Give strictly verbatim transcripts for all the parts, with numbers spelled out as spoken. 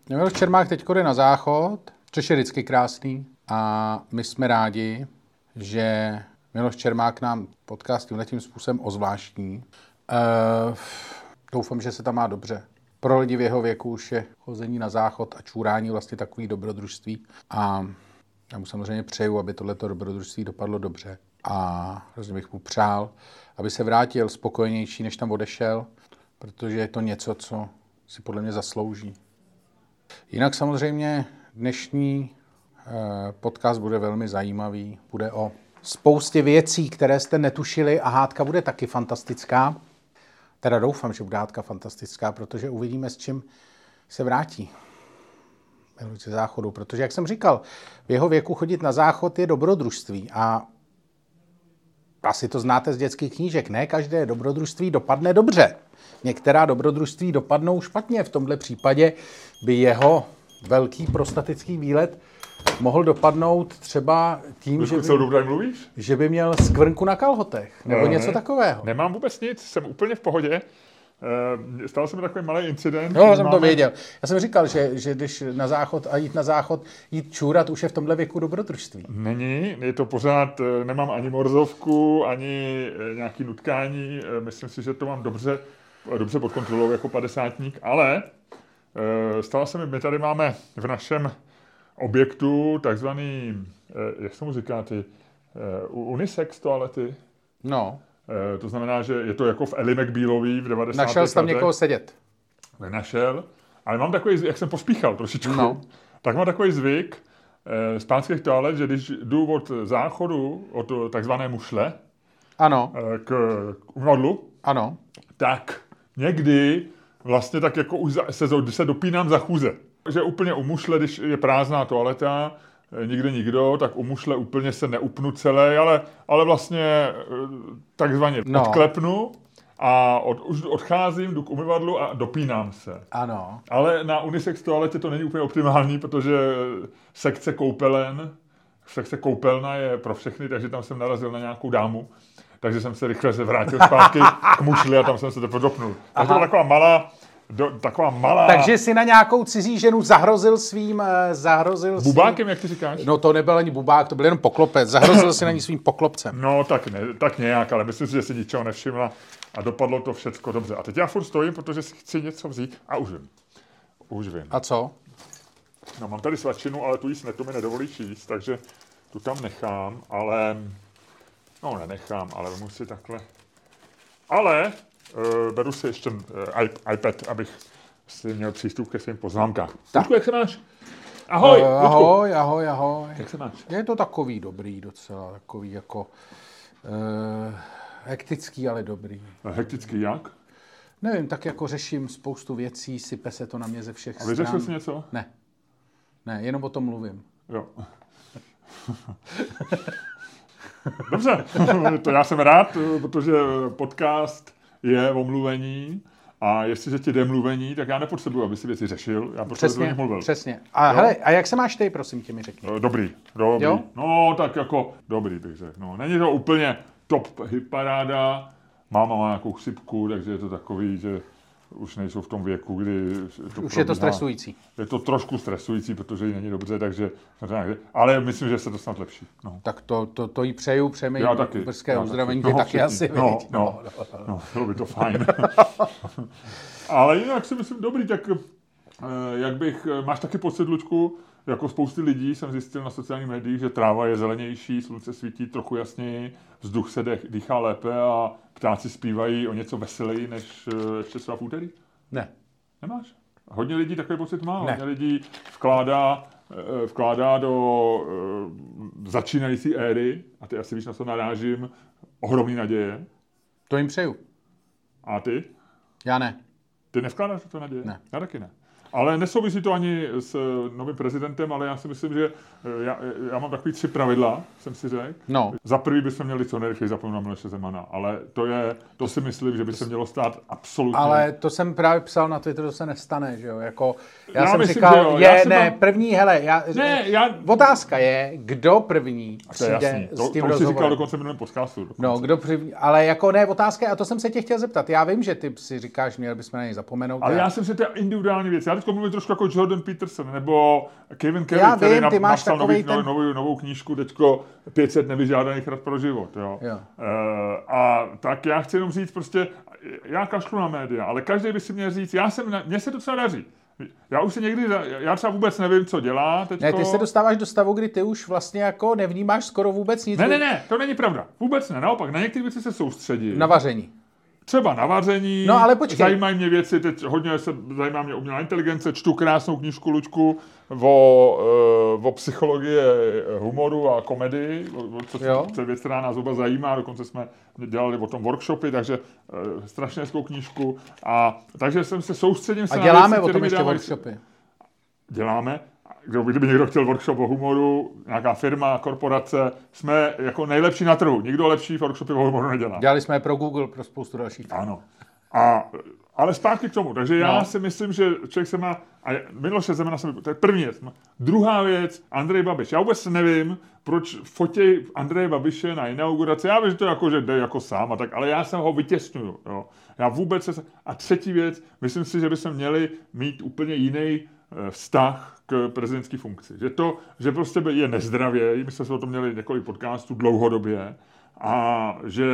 Miloš Čermák teď jde na záchod, což je vždycky krásný. A my jsme rádi, že Miloš Čermák nám podcast tímhletím způsobem ozvláštní. Uh, doufám, že se tam má dobře. Pro lidi v jeho věku už je chození na záchod a čůrání vlastně takový dobrodružství. A já mu samozřejmě přeju, aby tohleto dobrodružství dopadlo dobře. A hrozně bych mu přál, aby se vrátil spokojenější, než tam odešel, protože je to něco, co si podle mě zaslouží. Jinak samozřejmě dnešní eh, podcast bude velmi zajímavý. Bude o spoustě věcí, které jste netušili a hádka bude taky fantastická. Teda doufám, že bude hádka fantastická, protože uvidíme, s čím se vrátí. Miluji záchodu, protože, jak jsem říkal, v jeho věku chodit na záchod je dobrodružství a asi to znáte z dětských knížek. Ne každé dobrodružství dopadne dobře. Některá dobrodružství dopadnou špatně. V tomhle případě by jeho velký prostatický výlet mohl dopadnout třeba tím, že by, mluvíš? že by měl skvrnku na kalhotech nebo ne, něco takového. Nemám vůbec nic, jsem úplně v pohodě. Stal se mi takový malý incident. No, jsem máme... to věděl. Já jsem říkal, že, že když na záchod a jít na záchod, jít čůrat, už je v tomhle věku dobrodružství. Není, je to pořád, nemám ani morzovku, ani nějaký nutkání. Myslím si, že to mám dobře, dobře pod kontrolou jako padesátník, ale stalo se mi, my tady máme v našem objektu takzvaný, jak se mu říká, ty unisex toalety. No. To znamená, že je to jako v Ellie McBealový v devadesátých letech. Našel jsi tam někoho sedět? Nenašel, ale mám takový, jak jsem pospíchal trošičku, no. tak mám takový zvyk z pánských toalet, že když jdu od záchodu, od takzvané mušle, ano. k umyvadlu, ano. tak někdy vlastně tak jako už se, se dopínám za chůze. Že úplně u mušle, když je prázdná toaleta, nikde nikdo, tak u mušle úplně se neupnu celé, ale, ale vlastně takzvaně no. odklepnu a od, už odcházím, jdu k umyvadlu a dopínám se. Ano. Ale na unisex toaletě to není úplně optimální, protože sekce koupelen, sekce koupelna je pro všechny, takže tam jsem narazil na nějakou dámu, takže jsem se rychle se vrátil zpátky k mušli a tam jsem se teprve dopnul. Tak to byla taková malá Do, taková malá... Takže si na nějakou cizí ženu zahrozil svým... Zahrozil bubákem, svým... jak ty říkáš? No to nebyl ani bubák, to byl jenom poklopec. Zahrozil si na ní svým poklopcem. No tak, ne, tak nějak, ale myslím si, že si ničeho nevšimla a dopadlo to všecko dobře. A teď já furt stojím, protože si chci něco vzít a už vím. Už vím. A co? No mám tady svačinu, ale tu jíst ne, to mi nedovolí jíst, takže tu tam nechám, ale... No nenechám, ale musím takhle... Ale... Uh, beru si ještě uh, iPad, abych si měl přístup ke svým poznámkám. Ludku, jak se máš? Ahoj, uh, ahoj, ahoj, ahoj. Jak se máš? Je to takový dobrý docela, takový jako uh, hektický, ale dobrý. Hektický jak? Nevím, tak jako řeším spoustu věcí, sype se to na mě ze všech stran. A vyřešil jsi něco? Ne. Ne, jenom o tom mluvím. Jo. Dobře, to já jsem rád, protože podcast je o mluvení a jestliže ti jde mluvení, tak já nepotřebuji, aby si věci řešil, já potřebuji, aby mluvil. Přesně. A jo? Hele, a jak se máš ty, prosím tě, mi řekni. Dobrý, dobrý. Jo? No, tak jako dobrý bych řekl. No, není to úplně top hitparáda, máma má nějakou chřipku, takže je to takový, že už nejsou v tom věku, kdy... To už probíhá. Je to stresující. Je to trošku stresující, protože jí není dobře, takže... Ale myslím, že se to snad lepší. No. Tak to, to, to jí přeju, přejmi brzké uzdravení, ty no, taky asi, no, no, no, no, no, bylo by to fajn. Ale jinak si myslím, dobrý, tak jak bych... Máš taky pocit, Luďku, jako spousty lidí jsem zjistil na sociálních médiích, že tráva je zelenější, slunce svítí trochu jasněji, vzduch se dech, dýchá lépe a ptáci zpívají o něco veseleji než ještě třeba v úterý? Ne. Nemáš? Hodně lidí takový pocit má. Ne. Hodně lidí vkládá, vkládá do začínající éry, a ty asi víš, na co narážím, ohromný naděje. To jim přeju. A ty? Já ne. Ty nevkládáš to naděje? Ne. Já taky ne. Ale nesouvisí to ani s novým prezidentem, ale já si myslím, že já, já mám takový tři pravidla, jsem si řekl. No. Za prvý bychom měli co nejrychleji zapomenout na Miloše Zemana, ale to je, to si myslím, že by se mělo stát absolutně. Ale to jsem právě psal na Twitteru, to se nestane, že jo, jako, já, já jsem myslím, říkal, jo. je, já ne, tam... první, hele, já, ne, já... otázka je, kdo první přijde to, s tím to rozhovorem. To říkal dokonce v minulém podcastu. Dokonce. No, kdo první, ale jako ne, otázka, a to jsem se tě chtěl zeptat, já vím, že ty si říkáš, měli bychom na něj zapomenout. Ale já, já jsem si to individuální věc, já teď teďko mluvím trošku jako Jordan Peterson, nebo Kevin Kelly, Já který vím, na, ty máš napsal nový, ten... novou, novou knížku, teďko pět set nevyžádaných rad pro život. Jo. Jo. Uh, a tak já chci jenom říct prostě, já kašlu na média, ale každý by si měl říct, já jsem, mně se docela daří. Já už se někdy, já třeba vůbec nevím, co dělá teďko. Ne, ty se dostáváš do stavu, kdy ty už vlastně jako nevnímáš skoro vůbec nic. Ne, ne, ne, to není pravda. Vůbec ne, naopak, na některé věci se soustředím. Na vaření. Třeba na vaření, no, ale počkej. Zajímají mě věci, teď hodně se zajímá mě umělá inteligence, čtu krásnou knížku, Luďku, o, o psychologii humoru a komedii, co je věc, která nás oba zajímá, dokonce jsme dělali o tom workshopy, takže e, strašně hezkou knížku. A takže jsem se soustředím se a na děláme věci, o tom ještě dávají... workshopy. Děláme. Kdyby někdo chtěl workshop o humoru, nějaká firma, korporace, jsme jako nejlepší na trhu. Nikdo lepší workshopy o humoru nedělá. Dělali jsme je pro Google, pro spoustu dalších. Ano. A, ale zpátky k tomu. Takže já no. si myslím, že člověk se má... A Miloše Zemana jsem... To je první věc. Druhá věc, Andrej Babiš. Já vůbec nevím, proč fotěj Andreje Babiše na inauguraci. Já vím, že to jako, že jde jako sám a tak, ale já se ho vytěsňuju. Jo. Já vůbec se... A třetí věc, myslím si, že bychom měli mít úplně jiný vztah k prezidentské funkci. Že to, že prostě je nezdravě, my jsme se o tom měli několik podcastů dlouhodobě, a že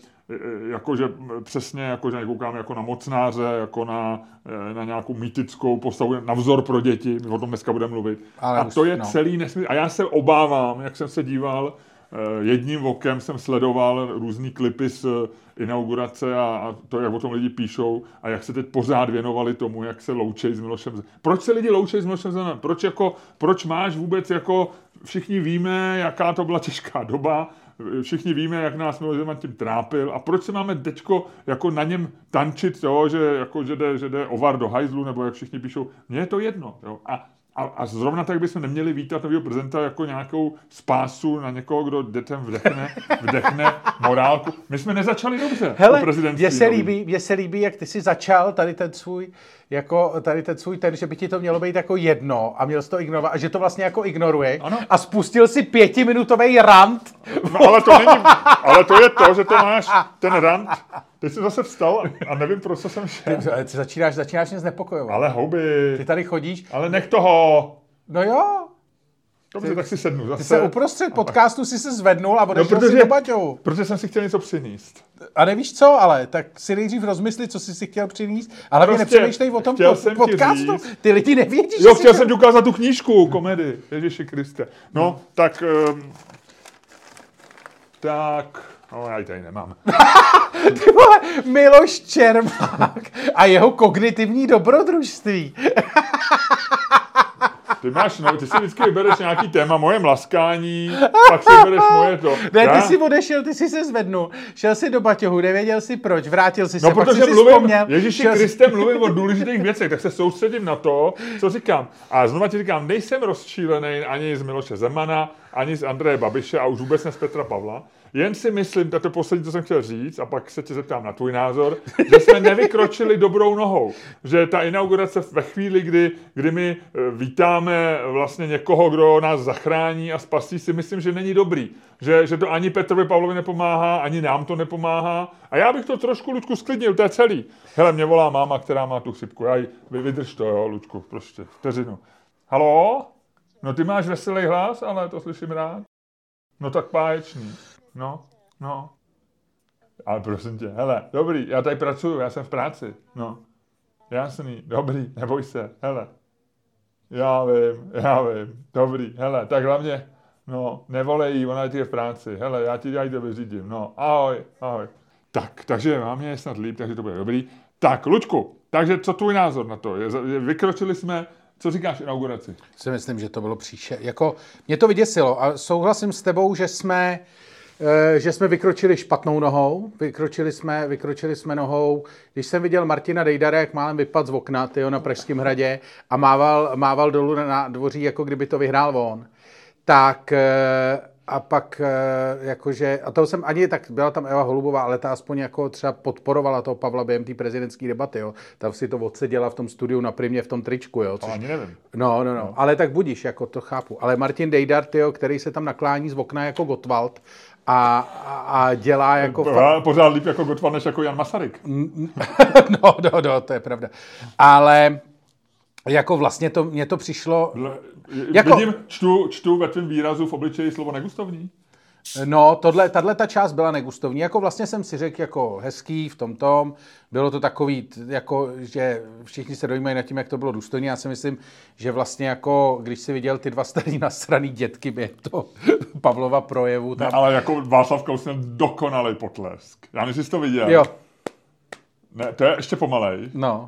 jakože přesně, jakože nekoukáme jako na mocnáře, jako na, na nějakou mýtickou postavu, na vzor pro děti, my o tom dneska budeme mluvit. Ale a to je no. celý nesmysl. A já se obávám, jak jsem se díval, jedním okem jsem sledoval různý klipy z inaugurace a, a to, jak o tom lidi píšou a jak se teď pořád věnovali tomu, jak se loučejí s Milošem Zemanem. Proč se lidi loučejí s Milošem Zemanem? Proč, jako, proč máš vůbec, jako všichni víme, jaká to byla těžká doba, všichni víme, jak nás Miloš Zeman tím trápil a proč se máme teďko jako na něm tančit to, že, jako, že, jde, že jde ovar do hajzlu, nebo jak všichni píšou. Mně je to jedno. Jo? A A, a zrovna tak bychom neměli vítat nového prezidenta jako nějakou spásu na někoho, kdo dětem vdechne, vdechne morálku. My jsme nezačali dobře. Hele, mně se líbí, mně se líbí, jak ty jsi začal tady ten svůj, jako tady ten svůj ten, že by ti to mělo být jako jedno a měl jsi to ignorovat a že to vlastně jako ignoruje ano. A spustil si pětiminutový rant. No, ale, to není, ale to je to, že to máš ten rant. Teď jsem zase vstal a nevím, proč jsem šel. Ty, ty začínáš, začínáš mě znepokojovat. Ale houby. Ty tady chodíš. Ale nech toho. No jo. Dobře, ty, tak si sednu zase. Ty se uprostřed podcastu si se zvednul a odešel no, si do baťou. Protože jsem si chtěl něco přinést. A nevíš co, ale tak si nejdřív rozmysli, co jsi si chtěl přinést, ale prostě nepřemýšlej o tom pod, podcastu. Říct, ty lidi nevědí, že jo, chtěl jsem ti ukázat tu knížku, komedii. Ježiši Kriste. No, hmm. tak... Um, tak... No, já ji tady nemám. Ty vole, Miloš Čermák a jeho kognitivní dobrodružství. Ty máš, no, ty si vždycky vybereš nějaký téma, moje mlaskání, pak si vybereš moje to. Ne, já? Ty jsi odešel, ty jsi se zvednul, šel si do baťohu, nevěděl si proč, vrátil jsi se, no, pak protože jsi mluvím, si vzpomněl. Ježíši Kriste, mluvím o důležitých věcech, tak se soustředím na to, co říkám. A znova ti říkám, nejsem rozčílený ani z Miloše Zemana, ani z Andreje Babiše a už vůbec ne z Petra Pavla. Jen si myslím, to je to poslední, co jsem chtěl říct, a pak se tě zeptám na tvůj názor, že jsme nevykročili dobrou nohou. Že ta inaugurace ve chvíli, kdy, kdy my vítáme vlastně někoho, kdo nás zachrání a spasí, si myslím, že není dobrý. Že, že to ani Petrovi Pavlovi nepomáhá, ani nám to nepomáhá. A já bych to trošku, Luďku, sklidnil, to je celý. Hele, mě volá máma, která má tu chřipku. Já jí, vy vydrž to, jo, Luďku, prostě, vteřinu. Haló? No ty máš veselý hlas, ale to slyším rád. No tak báječný. No, no. Ale prosím tě, hele, dobrý, já tady pracuju, já jsem v práci. No, jasný, dobrý, neboj se, hele. Já vím, já vím, dobrý, hele, tak hlavně, no, nevolej jí, ona je v práci, hele, já ti já to vyřídím, no, ahoj, ahoj. Tak, takže máme je snad líp, takže to bude dobrý. Tak, Luďku, takže co tvůj názor na to? Vykročili jsme, co říkáš inauguraci? Si myslím, že to bylo příše. Jako, mě to vyděsilo a souhlasím s tebou, že jsme... že jsme vykročili špatnou nohou, vykročili jsme, vykročili jsme nohou, když jsem viděl Martina Dejdara, jak málem vypadl z okna, tyjo, na Pražském hradě a mával, mával dolů na dvoří, jako kdyby to vyhrál on, tak a pak jakože, a to jsem ani, tak byla tam Eva Holubová, ale ta aspoň jako třeba podporovala toho Pavla během té prezidentské debaty, jo. Ta si to odseděla v tom studiu na Primě v tom tričku, jo. Což... To ani nevím. No, no, no, no, ale tak budíš, jako to chápu. Ale Martin Dejdar, tyjo, který se tam naklání z okna jako Gottwald, A, a dělá jako... Fa- pořád líp jako Gottwald než jako Jan Masaryk. no, no, no, to je pravda. Ale Jako vlastně to, mně to přišlo... Dle, jako, vidím, čtu, čtu ve tvém výrazu v obličeji slovo negustovní. No, tohle, tahle ta část byla negustovní. Jako vlastně jsem si řekl jako hezký v tom tom. Bylo to takový, jako, že všichni se dojímají nad tím, jak to bylo důstojné. Já si myslím, že vlastně jako, když si viděl ty dva starý nasraný dětky během toho Pavlova projevu. Tam... Ne, ale jako Václav Klaus měl dokonalý potlesk. Já nevím, jestli jsi to viděl. Jo. Ne, to je ještě pomalej. No.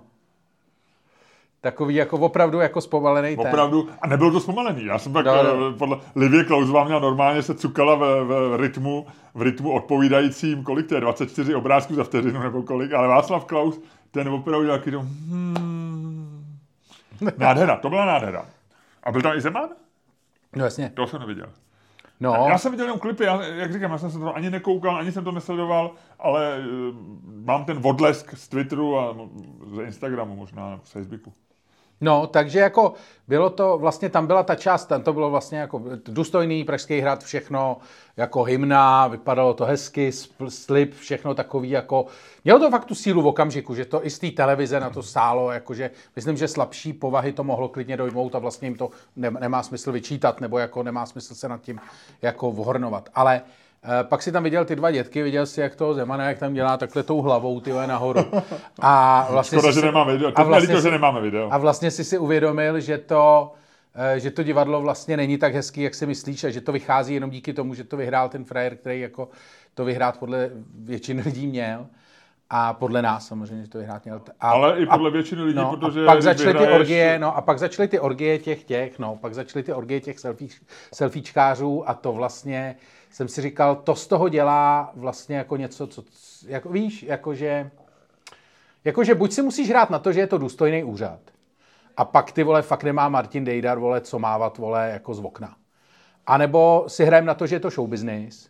Takový jako opravdu jako zpomalený ten. Opravdu. A nebylo to zpomalený. Já jsem tak, no, no. podle Livie Klausová měla normálně se cukala v, v, rytmu, v rytmu odpovídajícím, kolik to je, dvacet čtyři obrázků za vteřinu nebo kolik, ale Václav Klaus, ten opravdu taky to... Hmm. Nádhera, to byla nádhera. A byl tam i Zeman? No jasně. To jsem neviděl. No. Já jsem viděl jenom klipy, já, jak říkám, já jsem se to ani nekoukal, ani jsem to nesledoval, ale uh, mám ten odlesk z Twitteru a z Instagramu možná, nebo z Facebooku. No, takže jako bylo to, vlastně tam byla ta část, tam to bylo vlastně jako důstojný Pražský hrad, všechno jako hymna, vypadalo to hezky, slib, všechno takový jako, mělo to fakt tu sílu v okamžiku, že to i z té televize na to stálo, jakože myslím, že slabší povahy to mohlo klidně dojmout a vlastně jim to nemá smysl vyčítat, nebo jako nemá smysl se nad tím jako vhornovat, ale pak si tam viděl ty dva dětky, viděl si, jak toho Zemana, jak tam dělá takhle tou hlavou, tyhle nahoru. A vlastně Škoda, si, že nemám video. A vlastně, líto, že nemáme video. A vlastně si si uvědomil, že to, že to divadlo vlastně není tak hezký, jak si myslíš, a že to vychází jenom díky tomu, že to vyhrál ten frajer, který jako to vyhrát podle většiny lidí měl. A podle nás samozřejmě, že to vyhrát měl. A, ale i podle a, většiny lidí, no, protože... A pak začaly vyhraješ... ty orgie, no a pak začaly ty orgie těch těch, no, pak začaly ty orgie těch selfie, selfiečkářů a to vlastně jsem si říkal, to z toho dělá vlastně jako něco, co, jako víš, jakože, jakože buď si musíš hrát na to, že je to důstojný úřad a pak ty vole fakt nemá Martin Dejdar, vole, co mávat, vole, jako z okna. A nebo si hrajeme na to, že je to show business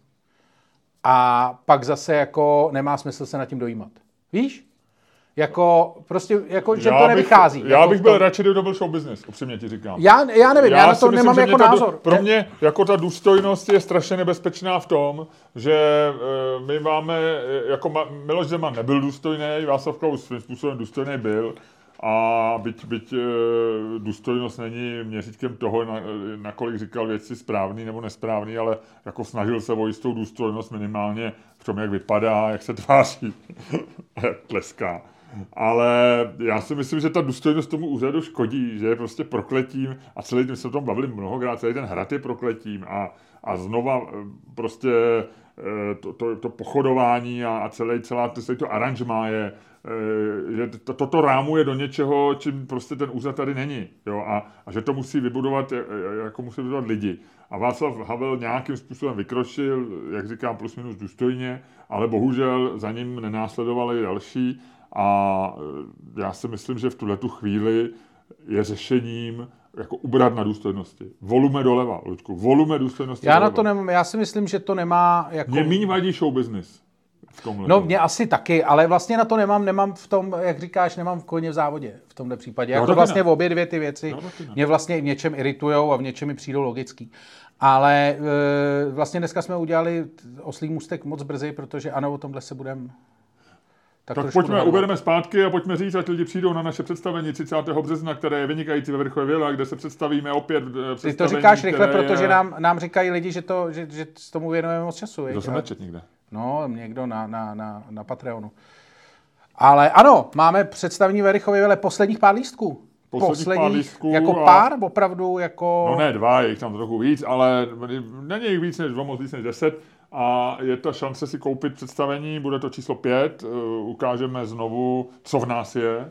a pak zase jako nemá smysl se nad tím dojímat. Víš? Jako, prostě, jako, že já to nevychází. Bych, já jako bych byl radši, kdyby to byl show business, upřímně ti říkám. Já, já nevím, já, já na to myslím, nemám jako názor. Ta, pro mě jako ta důstojnost je strašně nebezpečná v tom, že uh, my máme, jako Ma, Miloš Zeman nebyl důstojný, Václav Klaus svým způsobem důstojný byl, a byť, byť uh, důstojnost není měřítkem toho, na, nakolik říkal věci správný nebo nesprávný, ale jako snažil se o jistou důstojnost minimálně v tom, jak vypadá, jak se tváří, jak tleská. Ale já si myslím, že ta důstojnost tomu úřadu škodí, že je prostě prokletím a celý tím se o tom bavili mnohokrát, celý ten hrad je prokletím a, a znova prostě to, to, to pochodování a, a celý, celá, celý to aranžmá je, že to, toto rámuje do něčeho, čím prostě ten úřad tady není. Jo? A, a že to musí vybudovat, jako musí vybudovat lidi. A Václav Havel nějakým způsobem vykročil, jak říkám, plus minus důstojně, ale bohužel za ním nenásledovali další. A já si myslím, že v tuhletu chvíli je řešením jako ubrat na důstojnosti. Volume doleva, Luďku, volume důstojnosti Já doleva. na to nemám, já si myslím, že to nemá jako... Mě míň vadí show business v tomhle. No mě asi taky, ale vlastně na to nemám, nemám v tom, jak říkáš, nemám v koně v závodě v tomhle případě. Jako no, vlastně v obě dvě ty věci no, mě vlastně v něčem iritujou a v něčem mi přijdou logický. Ale e, vlastně dneska jsme udělali oslý můstek moc brzy, protože ano, o tomhle se budeme... Tak, tak pojďme, dohodnout. Uvedeme zpátky a pojďme říct, ať lidi přijdou na naše představení třicátého března, které je vynikající ve Verchově Villa, kde se představíme opět představení. Ty to říkáš rychle, protože je... nám, nám říkají lidi, že, to, že, že s tomu věnujeme moc času. To jsem nečet nikde. No, někdo na, na, na, na Patreonu. Ale ano, máme představení ve Verchově Villa posledních pár lístků. Posledních, posledních pár lístků. Jako a... pár, opravdu jako... No ne, dva, je jich tam trochu víc, ale není jich víc než dva, moc víc než deset. A je ta šance si koupit představení, bude to číslo pět, ukážeme znovu, co v nás je.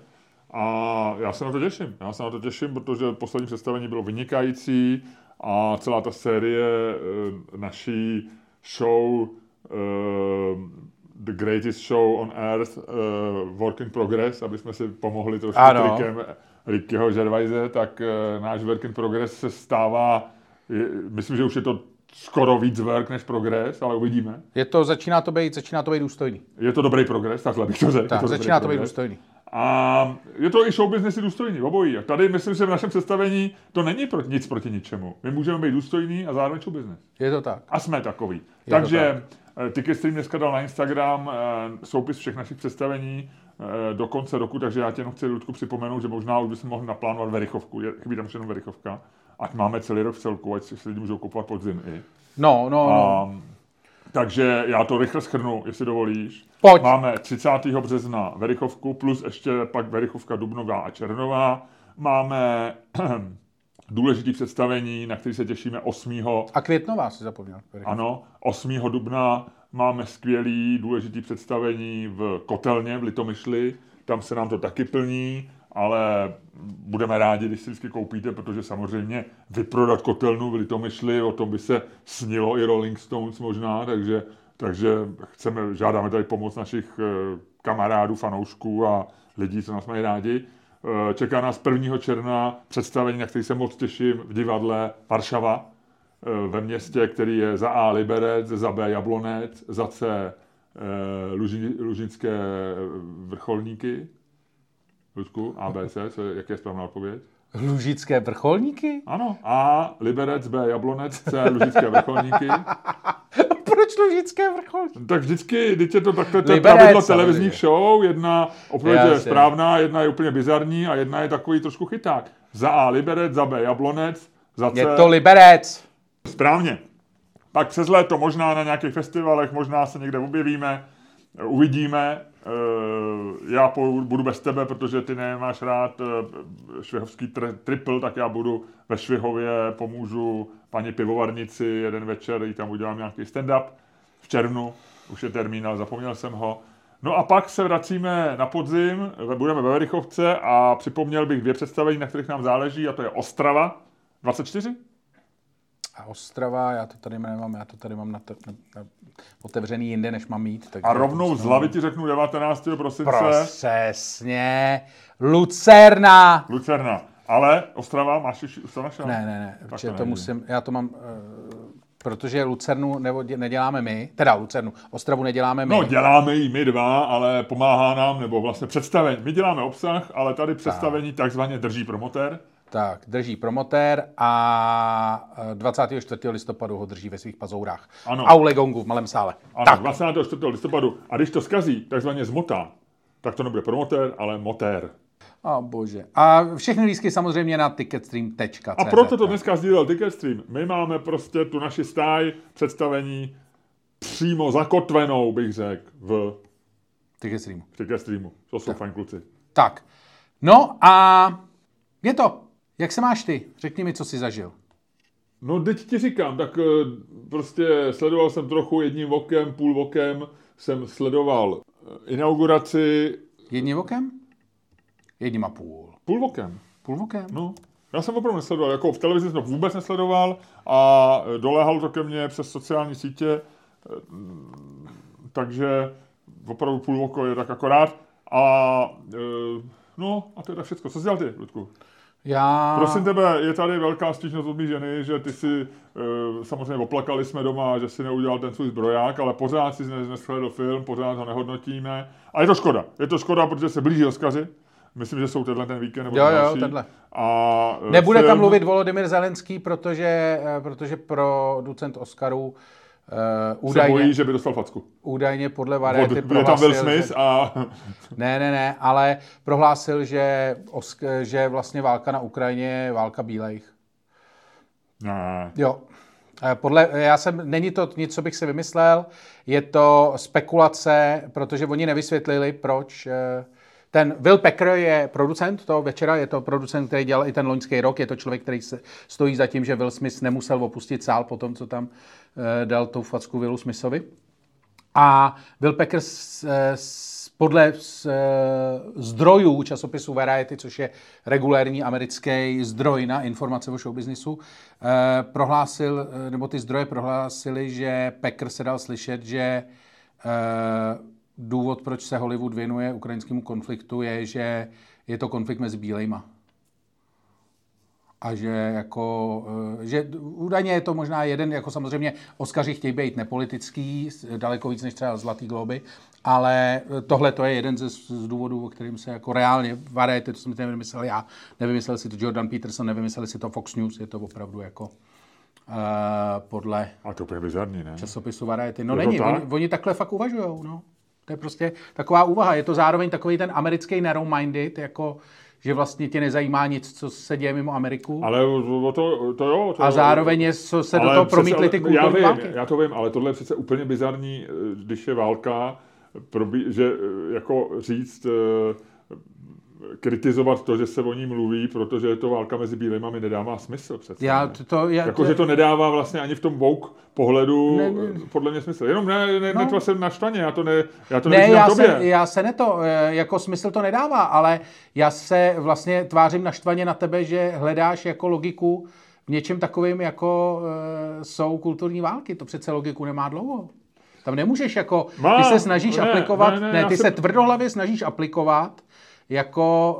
A já se na to těším, já se na to těším, protože poslední představení bylo vynikající a celá ta série naší show uh, The Greatest Show on Earth, uh, Work in Progress, aby jsme si pomohli trošku ano. trikem Rickyho Gervaise, tak uh, náš Work in Progress se stává, je, myslím, že už je to skoro víc work než progres, ale uvidíme. Je to, začíná to být, začíná to být důstojný. Je to dobrý progres, takhle bych to řekl. Tak, to začíná to být důstojný. A je to i show business důstojný, obojí. A tady myslím, že v našem představení to není pro, nic proti ničemu. My můžeme být důstojný a zároveň show business. Je to tak. A jsme takový. Je Takže Ticketstream dneska dal na Instagram soupis všech našich představení do konce roku, takže já tě jenom chci, Ludku, připomenout, že možná už bychom mohli naplánovat Verichovku. Chybí tam jenom Verichovka. Ať máme celý rok v celku, ať si lidi můžou kupovat podzim i. No, no, no. Um, takže já to rychle shrnu, jestli dovolíš. Pojď. Máme třicátého března Verichovku, plus ještě pak Verichovka dubnová a červnová. Máme důležitý představení, na který se těšíme osmého A květnová si zapomněl. Ano, osmého dubna máme skvělý důležitý představení v Kotelně v Litomyšli. Tam se nám to taky plní, ale budeme rádi, když si vždycky koupíte, protože samozřejmě vyprodat Kotelnu v Litomyšli, o tom by se snilo i Rolling Stones možná, takže, takže chceme, žádáme tady pomoc našich kamarádů, fanoušků a lidí, co nás mají rádi. Čeká nás prvního června představení, na který se moc těším, v divadle Varšava, ve městě, který je za A Liberec, za B Jablonec, za C Luži, Lužické vrcholníky. Ludku, A, B, C, co je, jaké je správná odpověď? Lužické vrcholníky? Ano, A Liberec, B Jablonec, C Lužické vrcholníky. Proč Lužické vrcholníky? Tak vždycky, když je to takto, to je pravidlo televizních show, jedna odpověď je správná, jedna je úplně bizarní a jedna je takový trošku chyták. Za A Liberec, za B Jablonec, za C... Je to Liberec. Správně. Pak přes léto možná na nějakých festivalech, možná se někde objevíme, uvidíme. Já budu bez tebe, protože ty nemáš rád švihovský tri- triple, tak já budu ve Švihově, pomůžu paní pivovarnici jeden večer, jí tam udělám nějaký stand-up v červnu, už je termín, ale zapomněl jsem ho. No a pak se vracíme na podzim, budeme ve Verichovce a připomněl bych dvě představení, na kterých nám záleží, a to je Ostrava dvacet čtyři. A Ostrava, já to tady nemám, já to tady mám na, to, na, na otevřený jinde, než mám mít. Takže a rovnou z hlavy ti řeknu devatenáctého prosince. Přesně. Lucerna. Lucerna. Ale Ostrava, máš už to našel? Ne, ne, ne, protože to, to musím, já to mám, uh, protože Lucernu nebo neděláme my, teda Lucernu, Ostravu neděláme my. No, děláme ji my dva, ale pomáhá nám, nebo vlastně představení. My děláme obsah, ale tady představení tak. takzvaně drží promotér. Tak, drží promotér a dvacátého čtvrtého listopadu ho drží ve svých pazourách. Ano. Aule Gongu v Malém sále. Ano, tak. dvacátého čtvrtého listopadu. A když to zkazí, takzvaně zmotá, tak to nebude promotér, ale motér. A bože. A všechny lístky samozřejmě na ticketstream tečka cé zet. A proto to dneska sdílel Ticketstream. My máme prostě tu naši stáj představení přímo zakotvenou, bych řekl, v Ticketstreamu. Ticketstreamu. To jsou fajn kluci. Tak. No a je to. Jak se máš ty? Řekni mi, co jsi zažil. No, teď ti říkám, tak prostě sledoval jsem trochu jedním okem, půl okem, jsem sledoval inauguraci. Jedním okem? Jedním a půl. Půl okem. Půl okem? No. Já jsem opravdu nesledoval, jako v televizi jsem to vůbec nesledoval a doléhalo to ke mně přes sociální sítě, takže opravdu půl oko je tak akorát. A no, a to je tak všecko. Co jsi dělal ty, Ludku? Já... Prosím tebe, je tady velká stížnost od mý ženy, že ty si, e, samozřejmě oplakali jsme doma, že si neudělal ten svůj zbroják, ale pořád si neshledl film, pořád ho nehodnotíme. A je to škoda. Je to škoda, protože se blíží Oscaři. Myslím, že jsou tenhle ten víkend nebo jo, další. Jo, tenhle. A nebude film... tam mluvit Volodymyr Zelenský, protože, protože producent Oscarů Uh, údajně, se bojí, že by dostal facku. Údajně podle Variety prohlásil, je tam Will Smith že... a... ne, ne, ne, ale prohlásil, že, že vlastně válka na Ukrajině je válka bílejch. Ne. Jo. Podle, já jsem, není to nic, co bych si vymyslel, je to spekulace, protože oni nevysvětlili, proč... Ten Will Packer je producent toho večera, je to producent, který dělal i ten loňský rok, je to člověk, který se stojí za tím, že Will Smith nemusel opustit sál po tom, co tam e, dal tou facku Willu Smithovi. A Will Packer s, s, podle s, e, zdrojů časopisu Variety, což je regulérní americký zdroj na informace o showbiznisu, e, prohlásil, nebo ty zdroje prohlásili, že Packer se dal slyšet, že e, důvod, proč se Hollywood věnuje ukrajinskému konfliktu, je, že je to konflikt mezi bílejma. A že jako, že údajně je to možná jeden, jako samozřejmě Oscaři chtějí být nepolitický, daleko víc než třeba Zlatý globy, ale tohle to je jeden ze z důvodů, o kterým se jako reálně Variety, to jsem nevymyslel já, nevymyslel si to Jordan Peterson, nevymyslel si to Fox News, je to opravdu jako Uh, podle A to je bizarní, ne? časopisu Variety. No je není, tak? oni, oni takhle fakt uvažujou, no. To je prostě taková úvaha. Je to zároveň takový ten americký narrow-minded, jako že vlastně tě nezajímá nic, co se děje mimo Ameriku. Ale o to, to jo. To a zároveň je, co se do toho promítly ty kulturní já vím, války. Já to vím, ale tohle je přece úplně bizarní, když je válka, probí, že jako říct, kritizovat to, že se o ní mluví, protože je to válka mezi bílejma, mi nedává smysl přece. Já, to, to, já, jako, to... že to nedává vlastně ani v tom woke pohledu ne, ne. podle mě smysl. Jenom ne, ne, no. netva jsem naštvaně, já to, ne, já to ne, nevidím já na tobě. Se, já se ne to, jako smysl to nedává, ale já se vlastně tvářím naštvaně na tebe, že hledáš jako logiku v něčem takovým, jako uh, jsou kulturní války. To přece logiku nemá dlouho. Tam nemůžeš jako, Má, ty se snažíš ne, aplikovat, ne, ne, ne, ty jsem... se tvrdohlavě snažíš aplikovat jako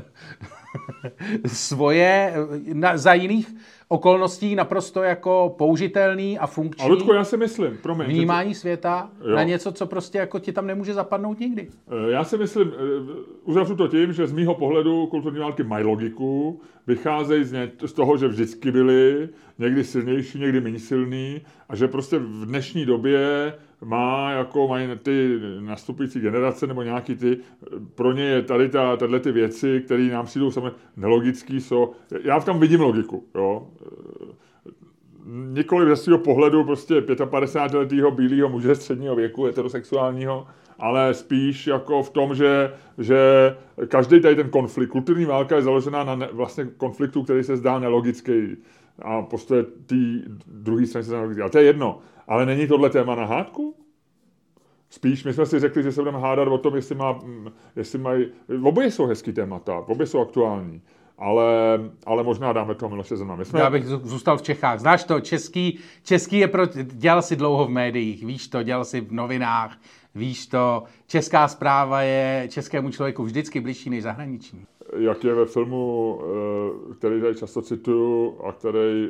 svoje, na, za jiných okolností naprosto jako použitelný a funkční. A Ludku, já si myslím, promiň. Vnímání to... světa jo. na něco, co prostě jako ti tam nemůže zapadnout nikdy. Já si myslím, uzavřu to tím, že z mýho pohledu kulturní války mají logiku, vycházejí z, ně, z toho, že vždycky byly, někdy silnější, někdy méně silný a že prostě v dnešní době má, jako mají ty nastupující generace nebo nějaký ty, pro ně je tady ta, tato ty věci, které nám přijdou samozřejmě nelogický, jsou, já v tom vidím logiku, jo. Nikoliv ze svého pohledu prostě padesátipětiletého bílého muže středního věku, heterosexuálního, ale spíš jako v tom, že, že každý tady ten konflikt, kulturní válka je založená na ne, vlastně konfliktu, který se zdá nelogický a postoje té druhé strany se zdá nelogický. Ale to je jedno. Ale není tohle téma na hádku? Spíš, my jsme si řekli, že se budeme hádat o tom, jestli, má, jestli mají... Obě jsou hezký témata, obě jsou aktuální. Ale, ale možná dáme toho Miloše Zemana. Jsme... Já bych zůstal v Čechách. Znáš to, český, český je pro... Dělal si dlouho v médiích, víš to, dělal si v novinách, víš to. Česká zpráva je českému člověku vždycky bližší než zahraniční. Jak je ve filmu, který tady často cituju a který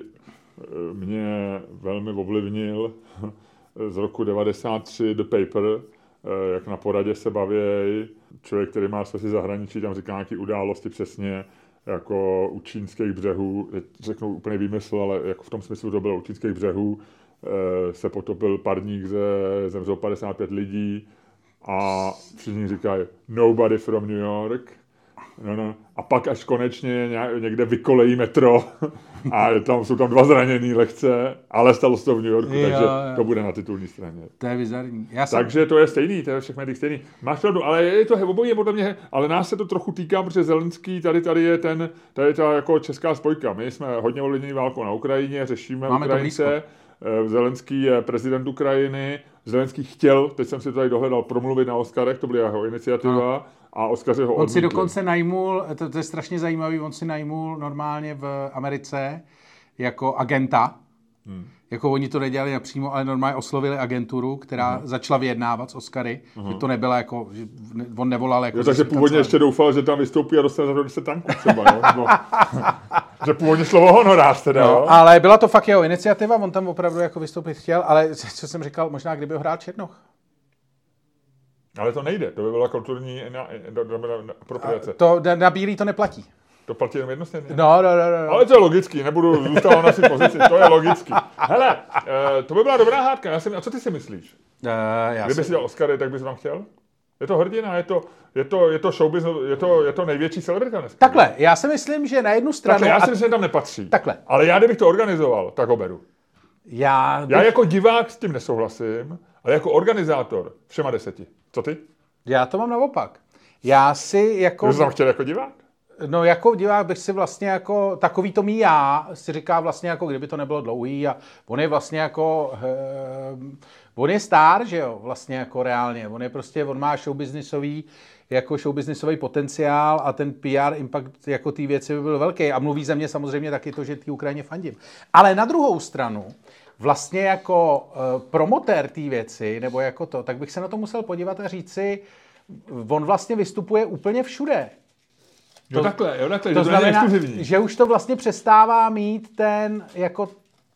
mě velmi ovlivnil, z roku devadesát tři The Paper, jak na poradě se baví, člověk, který má své zahraničí, tam říká nějaké události přesně, jako u čínských břehů, řeknu úplně výmysl, ale jako v tom smyslu to bylo u čínských břehů, se potopil parník, zemřelo padesát pět lidí a všichni říkají nobody from New York. No, no. A pak až konečně někde vykolejí metro a tam, jsou tam dva zraněný lehce, ale stalo se to v New Yorku, jo, takže jo. To bude na titulní straně. To je bizarní. Já jsem... Takže to je stejný, to je všech médiích stejný. Máš pravdu, ale je to obojí podle mě, ale nás se to trochu týká, protože Zelenský, tady tady je ten, tady je ta jako česká spojka. My jsme hodně ovlivněni válkou na Ukrajině, řešíme Máme Ukrajince. Zelenský je prezident Ukrajiny. Zelenský chtěl, teď jsem si to tady dohledal, promluvit na Oscarech, to byla jeho iniciativa. No. A Oscaři ho odmítli. On si dokonce najmul, to, to je strašně zajímavý, on si najmul normálně v Americe jako agenta. Hmm. Jako oni to nedělali napřímo, ale normálně oslovili agenturu, která hmm. začala vyjednávat s Oscary. Hmm. Že to nebyla jako, že on nevolal jako... Jo, takže původně ještě doufal, že tam vystoupí a dostane za deset tanků třeba, jo? No. Že původně slovo honorář teda, no, jo? Ale byla to fakt jeho iniciativa, on tam opravdu jako vystoupit chtěl, ale co jsem říkal, možná kdyby ho hrál Černoch. Ale to nejde, to by byla kulturní apropriace. To na bílý to neplatí. To platí jenom jednostranně. No, no, no, no. Ale to je logický, nebudu zůstávat na své pozici, to je logický. Hele, to by byla dobrá hádka, já jsem, a co ty si myslíš? Uh, já Kdyby si dal Oscary, tak bys tam chtěl? Je to hrdina, je to, je to, je to showbiz, je to, je to největší celebrita dneska. Takhle, já si myslím, že na jednu stranu... Takhle, já si myslím, že tam nepatří. Takhle. Ale já, kdybych to organizoval, tak ho beru. Já, bych... já jako divák s tím nesouhlasím, ale jako organizátor všema deseti. Co ty? Já to mám naopak. Já si jako... Že jsi tam chtěl jako divák? No jako divák bych si vlastně jako, takový to mý já, si říká vlastně jako, kdyby to nebylo dlouhý a on je vlastně jako, eh, on je star, že jo, vlastně jako reálně, on je prostě, on má showbiznisový, jako showbiznisový potenciál a ten P R impact jako té věci by byl velký a mluví ze mě samozřejmě taky to, že té Ukrajině fandím. Ale na druhou stranu, vlastně jako eh, promotér té věci, nebo jako to, tak bych se na to musel podívat a říct si, on vlastně vystupuje úplně všude. To, jo takhle, jo takhle, to že to znamená, že už to vlastně přestává mít ten, jako,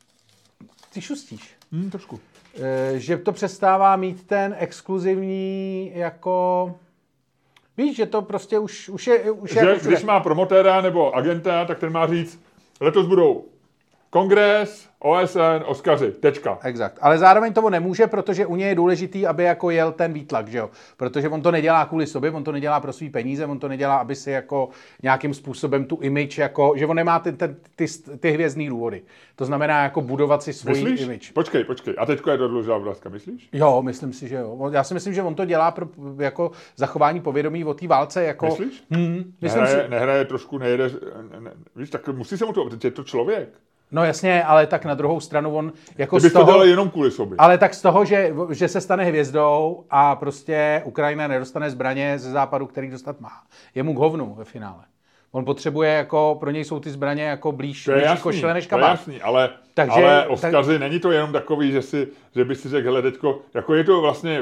ty šustíš. Hmm, trošku. E, že to přestává mít ten exkluzivní, jako, víš, že to prostě už, už je, už že, je jako když má promotéra nebo agenta, tak ten má říct, letos budou kongres, O S N, Oscaři, tečka. Exakt. Ale zároveň toho nemůže, protože u něj je důležitý, aby jako jel ten výtlak, že jo? Protože on to nedělá kvůli sobě, on to nedělá pro svý peníze, on to nedělá, aby si jako nějakým způsobem tu image, jako, že on nemá ty, ty, ty, ty hvězdný důvody. To znamená jako budovat si svůj Myslíš? image. Počkej, počkej. A teďko je to důležitá otázka, myslíš? Jo, myslím si, že jo. Já si myslím, že on to dělá pro jako zachování povědomí o té válce. Jako... Myslíš? Hmm, myslím nehraje, si... nehraje trošku, nejede... Ne, ne, víš, tak musí se mu to... Protože je to člověk. No jasně, ale tak na druhou stranu on jako Ty bys z toho... to dělal jenom kvůli sobě. Ale tak z toho, že, že se stane hvězdou a prostě Ukrajina nedostane zbraně ze západu, který dostat má. Je mu k hovnu ve finále. On potřebuje, jako, pro něj jsou ty zbraně jako blíž košile než kabát. To je jasný, ale, Takže, ale Oscaři, tak... není to jenom takový, že, si, že by si řekl, hele, teďko, jako je to vlastně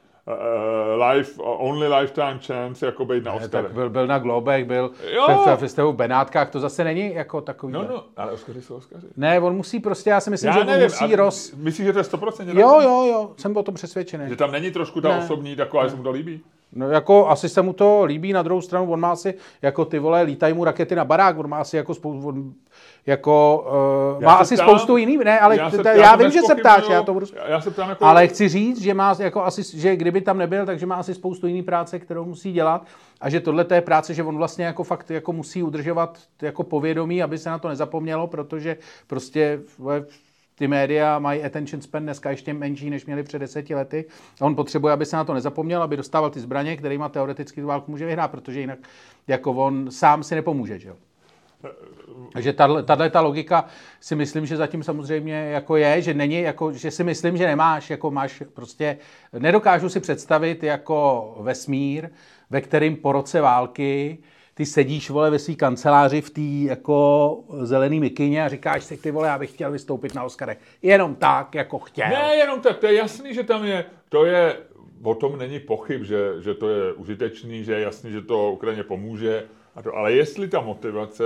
uh, life, only lifetime chance, jako být na Oscarech. Byl, byl na Globech, byl v festivalu v Benátkách, to zase není jako takový. No, no, ale Oscaři jsou Oscaři. Ne, on musí prostě, já si myslím, já že nevím, on musí roz... Myslíš, že to je sto procent? Jo, jo, jo, jsem o tom přesvědčený. Že tam není trošku ta ne. osobní taková, že se mu to líbí? No jako asi se mu to líbí, na druhou stranu on má asi, jako ty vole, lítají mu rakety na barák, on má asi jako spoustu, jako, uh, má asi ptám, spoustu jiných, ne, ale já, se, já, já vím, že se ptáš, já to budu... Já se ptám jako... Ale chci říct, že má jako asi, že kdyby tam nebyl, takže má asi spoustu jiný práce, kterou musí dělat a že tohle je práce, že on vlastně jako fakt jako musí udržovat jako povědomí, aby se na to nezapomnělo, protože prostě ty média mají attention span dneska ještě menší, než měli před deseti lety. A on potřebuje, aby se na to nezapomněl, aby dostával ty zbraně, kterýma teoreticky tu válku může vyhrát, protože jinak jako on sám si nepomůže, že jo. Takže tahle ta logika si myslím, že zatím samozřejmě jako je, že není, jako, že si myslím, že nemáš, jako máš prostě, nedokážu si představit jako vesmír, ve kterým po roce války ty sedíš, vole, ve svý kanceláři v té jako zelený mikině a říkáš si, ty vole, já bych chtěl vystoupit na Oscarech. Jenom tak, jako chtěl. Ne, jenom tak, to je jasný, že tam je, to je, o tom není pochyb, že, že to je užitečný, že je jasný, že to Ukrajině pomůže. A to, ale jestli ta motivace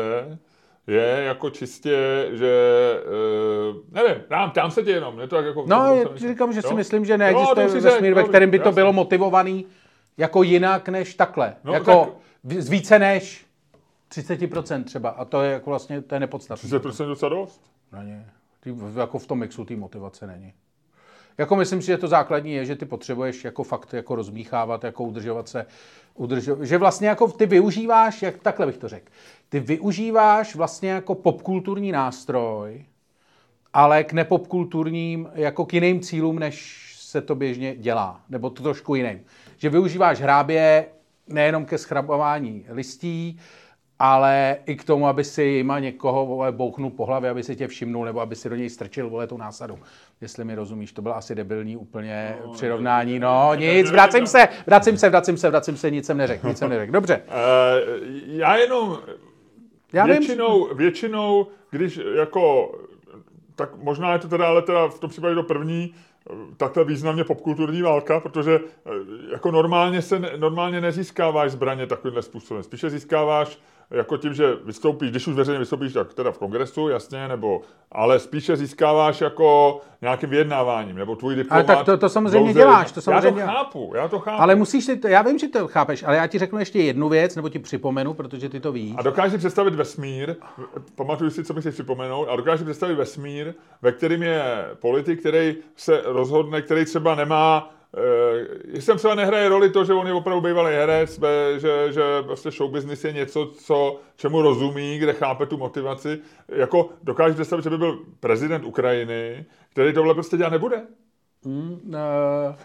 je jako čistě, že, uh, nevím, tam, tam se tě jenom, je to tak jako... No, je, říkám, že jo? si myslím, že neexistuje no, vesmír, ve kterém by to bylo motivovaný jako jinak než takhle. No, jako tak... více než třicet procent třeba. A to je jako vlastně, to je nepodstatné. třicet procent docela dost? Není. Jako v tom mixu té motivace není. Jako myslím si, že to základní je, že ty potřebuješ jako fakt jako rozmíchávat, jako udržovat se, udržovat, že vlastně jako ty využíváš, jak takhle bych to řekl, ty využíváš vlastně jako popkulturní nástroj, ale k nepopkulturním, jako k jiným cílům, než se to běžně dělá, nebo to trošku jiným. Že využíváš hrábě nejenom ke schrabování listí, ale i k tomu, aby si jima někoho vole, bouchnul po hlavě, aby si tě všimnul, nebo aby si do něj strčil vole, tu násadu. Jestli mi rozumíš, to bylo asi debilní úplně no, přirovnání. No nic, vracím se, vracím se, vracím se, vracím se, nic jsem neřekl, nic jsem neřekl. Dobře. Uh, já jenom já většinou, vím. většinou, když jako, tak možná je to teda, ale teda v tom případě do první, takhle významně popkulturní válka, protože jako normálně se normálně nezískáváš zbraně takovýmhle způsobem. Spíše získáváš jako tím, že vystoupíš, když už veřejně vystoupíš, tak teda v kongresu, jasně, nebo, ale spíše získáváš jako nějakým vyjednáváním, nebo tvůj diplomat. Ale tak to, to samozřejmě děláš. To samozřejmě já to chápu, já to chápu. Ale musíš si to, já vím, že to chápeš, ale já ti řeknu ještě jednu věc, nebo ti připomenu, protože ty to víš. A dokážeš si představit vesmír, pamatuju si, co mi si připomenout, a dokážeš si představit vesmír, ve kterým je politik, který se rozhodne, který třeba nemá Uh, jsem třeba nehraje roli to, že on je opravdu bývalý herec, že, že vlastně show business je něco, co, čemu rozumí, kde chápe tu motivaci. Jako dokážeš představit, že by byl prezident Ukrajiny, který tohle prostě dělat nebude? Mm, uh,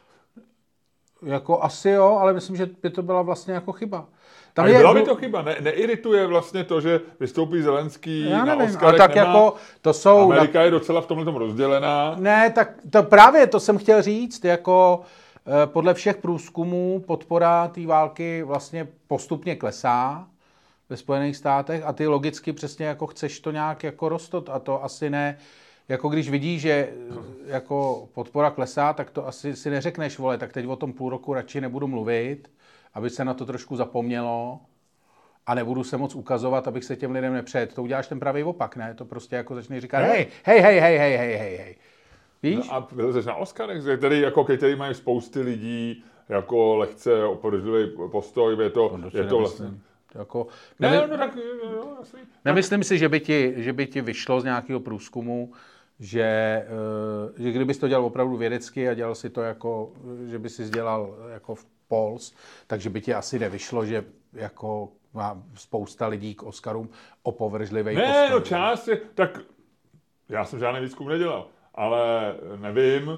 jako asi jo, ale myslím, že by to byla vlastně jako chyba. Tam je, byla by to chyba, ne, neirituje vlastně to, že vystoupí Zelenský já na nevím, Oscarech, tak nemá, jako to jsou... Amerika je docela v tomhle tom rozdělená. Ne, tak to právě to jsem chtěl říct, jako eh, podle všech průzkumů podpora té války vlastně postupně klesá ve Spojených státech a ty logicky přesně jako chceš to nějak jako rostot a to asi ne, jako když vidíš, že jako podpora klesá, tak to asi si neřekneš, vole, tak teď o tom půl roku radši nebudu mluvit, aby se na to trošku zapomnělo a nebudu se moc ukazovat, abych se těm lidem nepřed. To uděláš ten pravý opak, ne? To prostě jako začneš říkat, hej, hej, hej, hej, hej, hej, hej, hej. Víš? No a vylezeš na Oscarech, který, jako, který mají spousty lidí, jako lehce oporžlivý postoj, je to, no, je to vlastně... Jako, ne, nevy... no tak, jo, jasný. Nemyslím si, že by, ti, že by ti vyšlo z nějakého průzkumu, že, že kdybys to dělal opravdu vědecky a dělal si to jako, že by si dělal jako v Pols, takže by ti asi nevyšlo, že jako má spousta lidí k Oscarům opovržlivej Ne, postoj. no část je, tak já jsem žádný výzkum nedělal, ale nevím.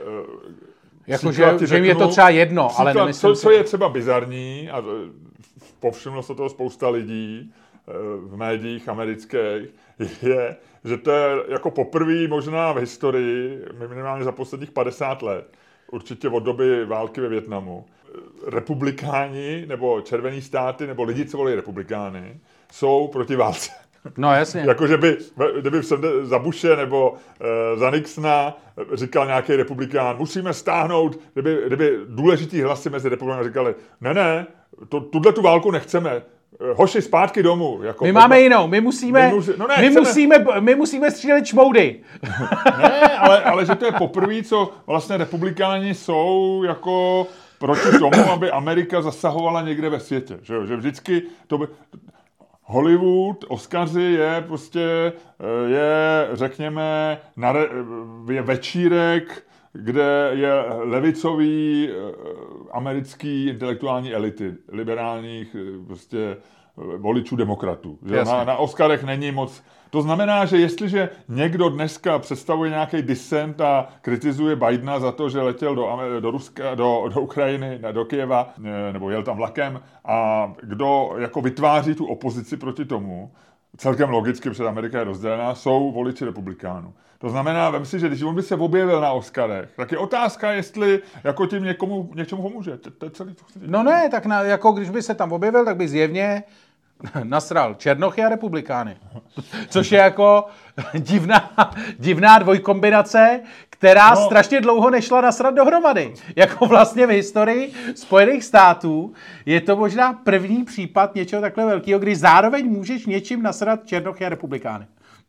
Jakože že jim je to třeba jedno, příklad, ale nemyslím co, si... co je třeba bizarní, a povšimlo se toho spousta lidí v médiích amerických, je, že to je jako poprvé možná v historii, minimálně za posledních padesát let, určitě od doby války ve Vietnamu, republikáni nebo červený státy nebo lidi, co volí republikány, jsou proti válce. No jasně. Jako, že by, kdyby za Bushe nebo e, za Nixona říkal nějaký republikán, musíme stáhnout, kdyby, kdyby důležitý hlasy mezi republikány říkali, ne, ne, to, tuhle tu válku nechceme, hoši, zpátky domů. Jako, my máme jinou, my musíme, my, musí, no ne, my, musíme, my musíme střílet šmoudy. Ne, ale, ale že to je poprvé, co vlastně republikáni jsou jako proti tomu, aby Amerika zasahovala někde ve světě. Že, že vždycky to by... Hollywood, Oscaři je prostě, je, řekněme, je večírek, kde je levicový americký intelektuální elity, liberálních prostě voličů demokratů. Že na, na Oscarech není moc... To znamená, že jestliže někdo dneska představuje nějaký dissent a kritizuje Bidena za to, že letěl do, do Ruska, do, do Ukrajiny, do Kyjeva, nebo jel tam vlakem, a kdo jako vytváří tu opozici proti tomu, celkem logicky, protože Amerika je rozdělená, jsou voliči republikánů. To znamená, vem si, že když on by se objevil na Oscarech, tak je otázka, jestli jako tím někomu něčemu pomůže. To je celý, co chci říct. No ne, tak na, jako když by se tam objevil, tak by zjevně nasral černochy a republikány. Což je jako divná, divná dvojkombinace, která no. strašně dlouho nešla nasrat dohromady. Jako vlastně v historii Spojených států je to možná první případ něčeho takhle velkého, kdy zároveň můžeš něčím nasrat černochy a republikány.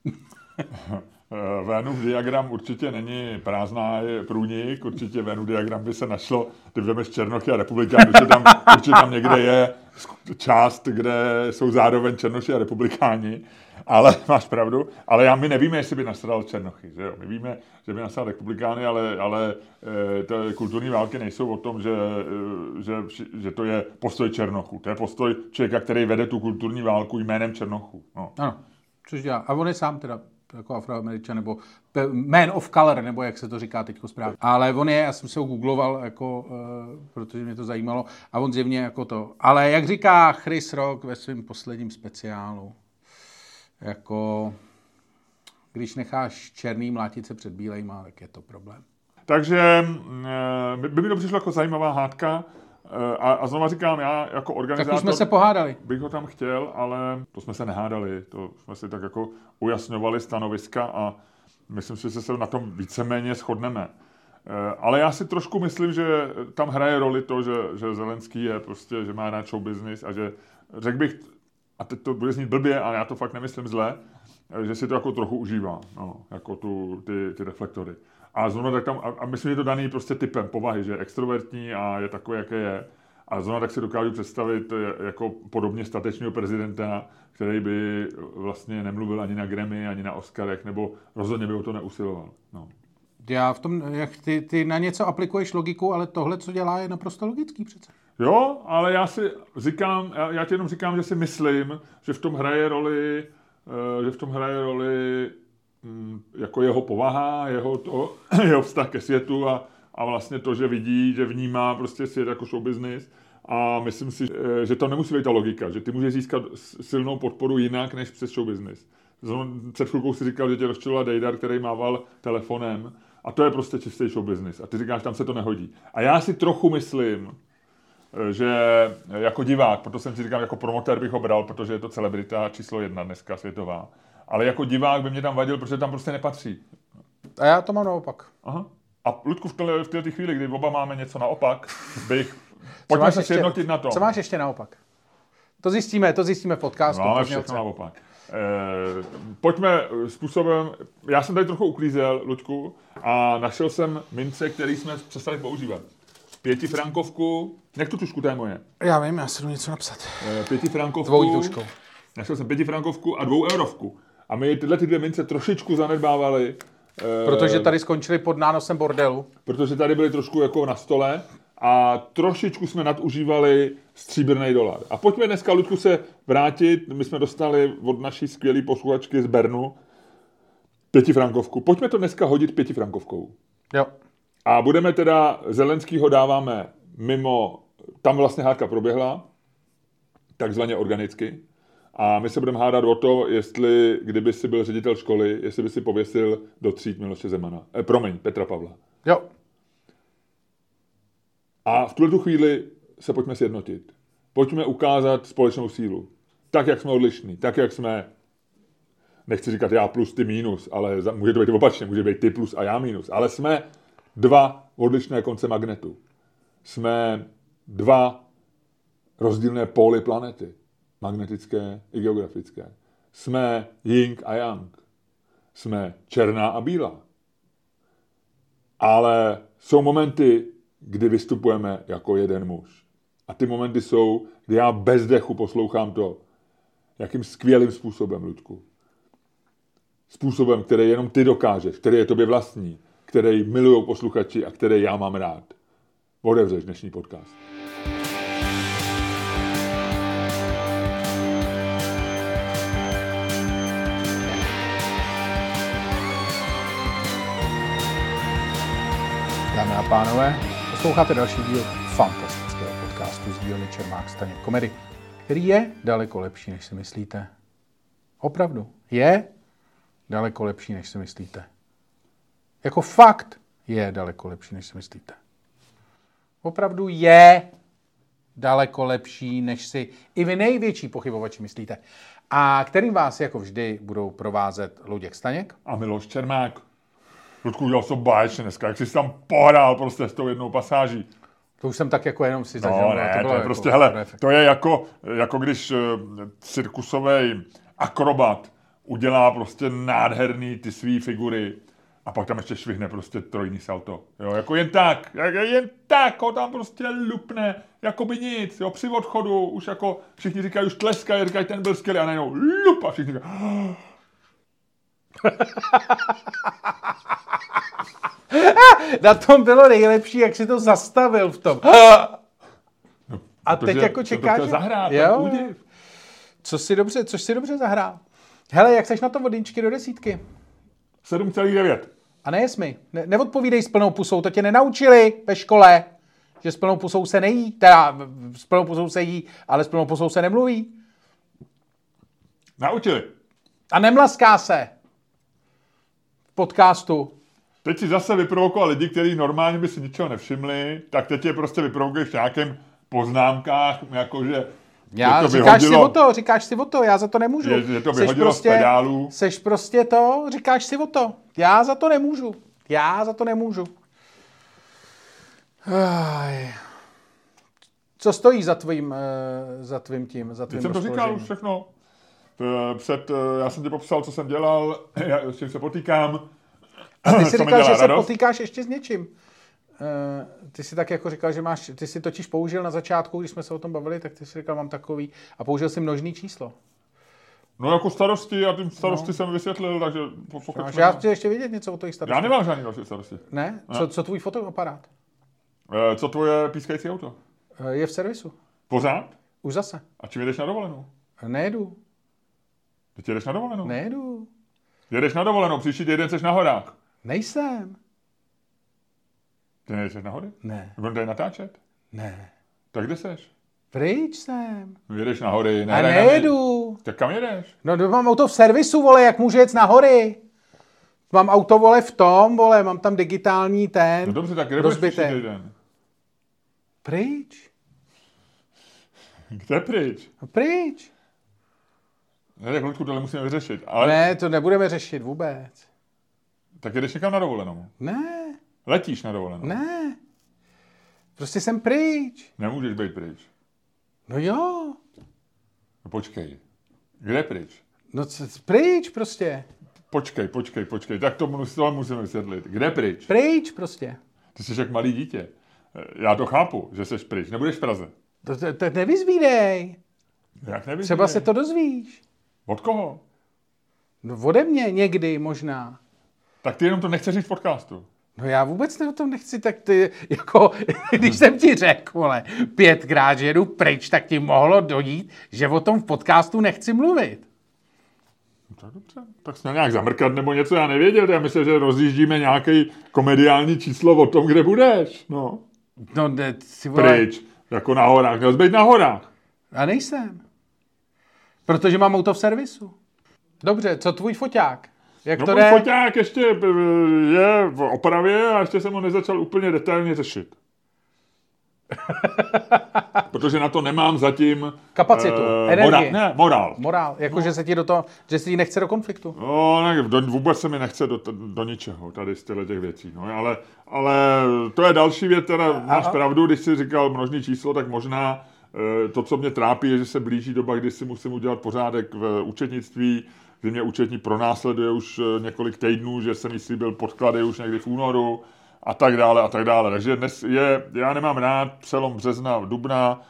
Venův diagram určitě není prázdná průnik, určitě Venův diagram by se našlo, ty vemeš černochy a republikány, určitě tam, určitě tam někde je část, kde jsou zároveň černoši a republikáni, ale máš pravdu, ale já, my nevíme, jestli by nasral černochy, že jo? My víme, že by nasral republikány, ale, ale e, kulturní války nejsou o tom, že, že, že to je postoj černochů, to je postoj člověka, který vede tu kulturní válku jménem černochů. No. Ano, což dělá. A on je sám teda jako Afroameričan, nebo man of color, nebo jak se to říká teďko správně. Ale on je, já jsem se ho googloval, jako, uh, protože mě to zajímalo, a on zjevně jako to. Ale jak říká Chris Rock ve svém posledním speciálu, jako když necháš černý mlátit se před bílejma, tak je to problém. Takže by mi to přišlo jako zajímavá hádka. A, a znova říkám, já jako organizátor... Tak už jsme se pohádali. Bych ho tam chtěl, ale to jsme se nehádali. To jsme si tak jako ujasňovali stanoviska a myslím si, že se na tom víceméně shodneme. Ale já si trošku myslím, že tam hraje roli to, že, že Zelenský je prostě, že má rád show business a že řekl bych, a teď to bude znít blbě, ale já to fakt nemyslím zle, že si to jako trochu užívá, no, jako tu, ty, ty reflektory. A zrovna tak tam, a myslím, že je to daný prostě typem povahy, že je extrovertní a je takový, jaké je. A zrovna tak si dokážu představit jako podobně statečného prezidenta, který by vlastně nemluvil ani na Grammy, ani na Oscarech, nebo rozhodně by o to neusiloval. No. Já v tom, jak ty, ty na něco aplikuješ logiku, ale tohle, co dělá, je naprosto logický přece. Jo, ale já si říkám, já, já ti jenom říkám, že si myslím, že v tom hraje roli, že v tom hraje roli jako jeho povaha, jeho, to, jeho vztah ke světu a, a vlastně to, že vidí, že vnímá prostě svět jako show business. A myslím si, že to nemusí být ta logika, že ty můžeš získat silnou podporu jinak, než přes show business. Před chvilkou si říkal, že tě rozčiloval Dejdar, který mával telefonem, a to je prostě čistý show business. A ty říkáš, tam se to nehodí. A já si trochu myslím, že jako divák, proto jsem si říkal, jako promotér bych ho bral, protože je to celebrita číslo jedna dneska světová. Ale jako divák by mě tam vadil, protože tam prostě nepatří. A já to mám naopak. Aha. A Ludku, v této v této chvíli, kdy oba máme něco naopak, bych... Pojďme se sjednotit na tom. Co máš ještě naopak? To zjistíme, to zjistíme v podcastu. Máme všechno naopak. Eh, pojďme způsobem... Já jsem tady trochu uklízel, Ludku, a našel jsem mince, který jsme přestali používat. pětifrankovku, nech tu tušku, to je moje. Já vím, já si jdu něco napsat. Pětifrankovku. Dvojí tuškou. Našel jsem pětifrankovku a dvou eurovku. A my tyhle ty dvě mince trošičku zanedbávali. Protože tady skončili pod nánosem bordelu. Protože tady byly trošku jako na stole a trošičku jsme nadužívali stříbrný dolar. A pojďme dneska, Ludku, se vrátit. My jsme dostali od naší skvělé posluchačky z Bernu pětifrankovku. Pojďme to dneska hodit pětifrankovkou. Jo. A budeme teda, Zelenskýho dáváme mimo, tam vlastně hádka proběhla, takzvaně organicky. A my se budeme hádat o to, jestli, kdyby si byl ředitel školy, jestli by si pověsil do tříd Miloše Zemana. Eh, promiň, Petra Pavla. Jo. A v tuhle chvíli se pojďme sjednotit. Pojďme ukázat společnou sílu. Tak, jak jsme odlišní, tak, jak jsme, nechci říkat já plus, ty mínus, ale může to být opačně, může být ty plus a já mínus, ale jsme dva odlišné konce magnetu. Jsme dva rozdílné póly planety. Magnetické i geografické. Jsme Ying a Yang. Jsme černá a bílá. Ale jsou momenty, kdy vystupujeme jako jeden muž. A ty momenty jsou, kdy já bez dechu poslouchám to, jakým skvělým způsobem, Ludku. Způsobem, který jenom ty dokážeš, který je tobě vlastní, který milují posluchači a který já mám rád. Otevřeš dnešní podcast. Dámy a pánové, posloucháte další díl fantastického podcastu z dílny Čermák Staněk Komedy, který je daleko lepší, než si myslíte. Opravdu. Je daleko lepší, než si myslíte. Jako fakt je daleko lepší, než si myslíte. Opravdu je daleko lepší, než si i vy největší pochybovači myslíte. A kterým vás jako vždy budou provázet Luděk Staněk a Miloš Čermák. Ludku, udělal jsem báječně dneska, jak jsi tam pohrál prostě s tou jednou pasáží. To už jsem tak jako jenom si zažil. No ne, to, bylo to je jako, prostě, hele, to je jako, jako když uh, cirkusový akrobat udělá prostě nádherný ty svý figury a pak tam ještě švihne prostě trojný salto. Jo, jako jen tak, jak, jen tak ho tam prostě lupne, jako by nic, jo, při odchodu už jako všichni říkají, už tleskají, říkají, ten byl skvělý a najednou lup a všichni říkají, oh. Na tom bylo nejlepší, jak si to zastavil v tom. No, a teď jako čekáš, to zahrát, jo, co si dobře, což si dobře zahrál. Hele, jak seš na to od jedničky do desítky? sedm celá devět. A nejes mi. Ne, neodpovídej s plnou pusou, to tě nenaučili ve škole, že s plnou pusou se nejí, teda s plnou pusou se jí, ale s plnou pusou se nemluví. Naučili. A nemlaská se. V podcastu. Teď si zase vyprovokoval lidi, kteří normálně by si ničeho nevšimli, tak teď je prostě vyprovokuješ v nějakém poznámkách, jakože já, říkáš vyhodilo, si o to, říkáš si o to, já za to nemůžu. Je, je to vyhodilo prostě, z pedálů. Seš prostě to, říkáš si o to. Já za to nemůžu. Já za to nemůžu. Aj. Co stojí za tvým, za tvým tím, za tvým Teď jsem to říkal už všechno. Před, já jsem ti popsal, co jsem dělal, s čím se potýkám. A ty jsi říkal, že se radost? potýkáš ještě s něčím. Ty jsi tak jako říkal, že máš, ty jsi totiž použil na začátku, když jsme se o tom bavili, tak ty jsi říkal, mám takový, a použil jsi množný číslo. No jako starosti, a tím starosti no. jsem vysvětlil, takže... Máš, já chci ještě vědět něco o tvojich starostech. Já nemám žádný další starosti. Ne? ne? Co, co tvůj fotoaparát? Co tvoje pískající auto? Je v servisu. Pořád? Už zase. A čím jedeš na dovolenou? Nejedu. Teď jedeš na dovolenou? Nejedu. Jedeš na dovolenou, příští týden seš na horách. Nejsem. Ty nejdeš na hory? Ne. Budeme tady natáčet? Ne. Tak kde seš? Pryč jsem. Jedeš na hory. Ne, a nejedu. Tak kam jedeš? No, mám auto v servisu, vole, jak můžu jet na hory? Mám auto, vole, v tom, vole, mám tam digitální ten. No dobře, tak kde budeš příští týden? Pryč. Kde pryč? No pryč. Ne, tak Ludku, tohle musíme vyřešit. Ale... Ne, to nebudeme řešit vůbec. Tak jedeš někam na dovolenou? Ne. Letíš na dovolenou? Ne. Prostě jsem pryč. Nemůžeš být pryč. No jo. No počkej. Kde pryč? No c- pryč prostě. Počkej, počkej, počkej. Tak to musíme vysvětlit. Kde pryč? Pryč prostě. Ty jsi jak malý dítě. já to chápu, že seš pryč. Nebudeš v Praze. To, to, to nevyzvídej. Jak nevyzvídej? Třeba se to dozvíš. Od koho? No ode mě někdy možná. Tak ty jenom to nechceš říct v podcastu. No já vůbec o tom nechci, tak ty, jako, když jsem ti řekl, vole, pětkrát, že jedu pryč, tak ti mohlo dojít, že o tom v podcastu nechci mluvit. No tak dobře, tak jsme nějak zamrkat nebo něco, já nevěděl, já myslím, že rozjíždíme nějaký komediální číslo o tom, kde budeš, no. No, ne, si vole... Pryč, jako na horách, měl jsi být na horách. A nejsem. Protože mám auto v servisu. Dobře, co tvůj foťák? Jak no to můj jde? foťák ještě je v opravě a ještě jsem ho nezačal úplně detailně řešit. Protože na to nemám zatím... Kapacitu, uh, energii. Mora, ne, morál. Morál, jako no. že se ti do toho, že si ti nechce do konfliktu. No, ne, do, vůbec se mi nechce do, do ničeho tady z těchto těch věcí. No, ale, ale to je další věc, teda máš pravdu, když jsi říkal množný číslo, tak možná uh, to, co mě trápí, je, že se blíží doba, kdy si musím udělat pořádek v účetnictví, kdy mě účetní pronásleduje už několik týdnů, že jsem jí slíbil podklady už někdy v únoru a tak dále a tak dále. Takže dnes je, já nemám rád přelom března, dubna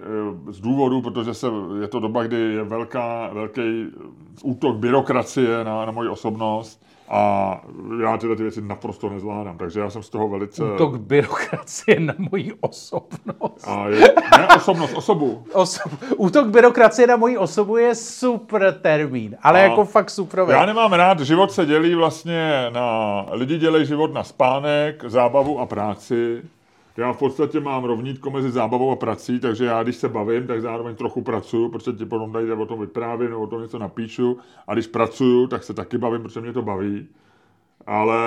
z důvodu, protože se, je to doba, kdy je velká, velký útok byrokracie na, na moji osobnost a já tyhle ty věci naprosto nezvládám. Takže já jsem z toho velice... Útok byrokracie na moji osobnost. A je, ne osobnost, osobu. Osob... Útok byrokracie na moji osobu je super termín, ale a jako fakt super. Já nemám rád, život se dělí vlastně na... Lidi dělají život na spánek, zábavu a práci. Já v podstatě mám rovnítko mezi zábavou a prací, takže já, když se bavím, tak zároveň trochu pracuju, protože ti potom tady o tom vyprávím nebo o tom něco napíšu. A když pracuju, tak se taky bavím, protože mě to baví. Ale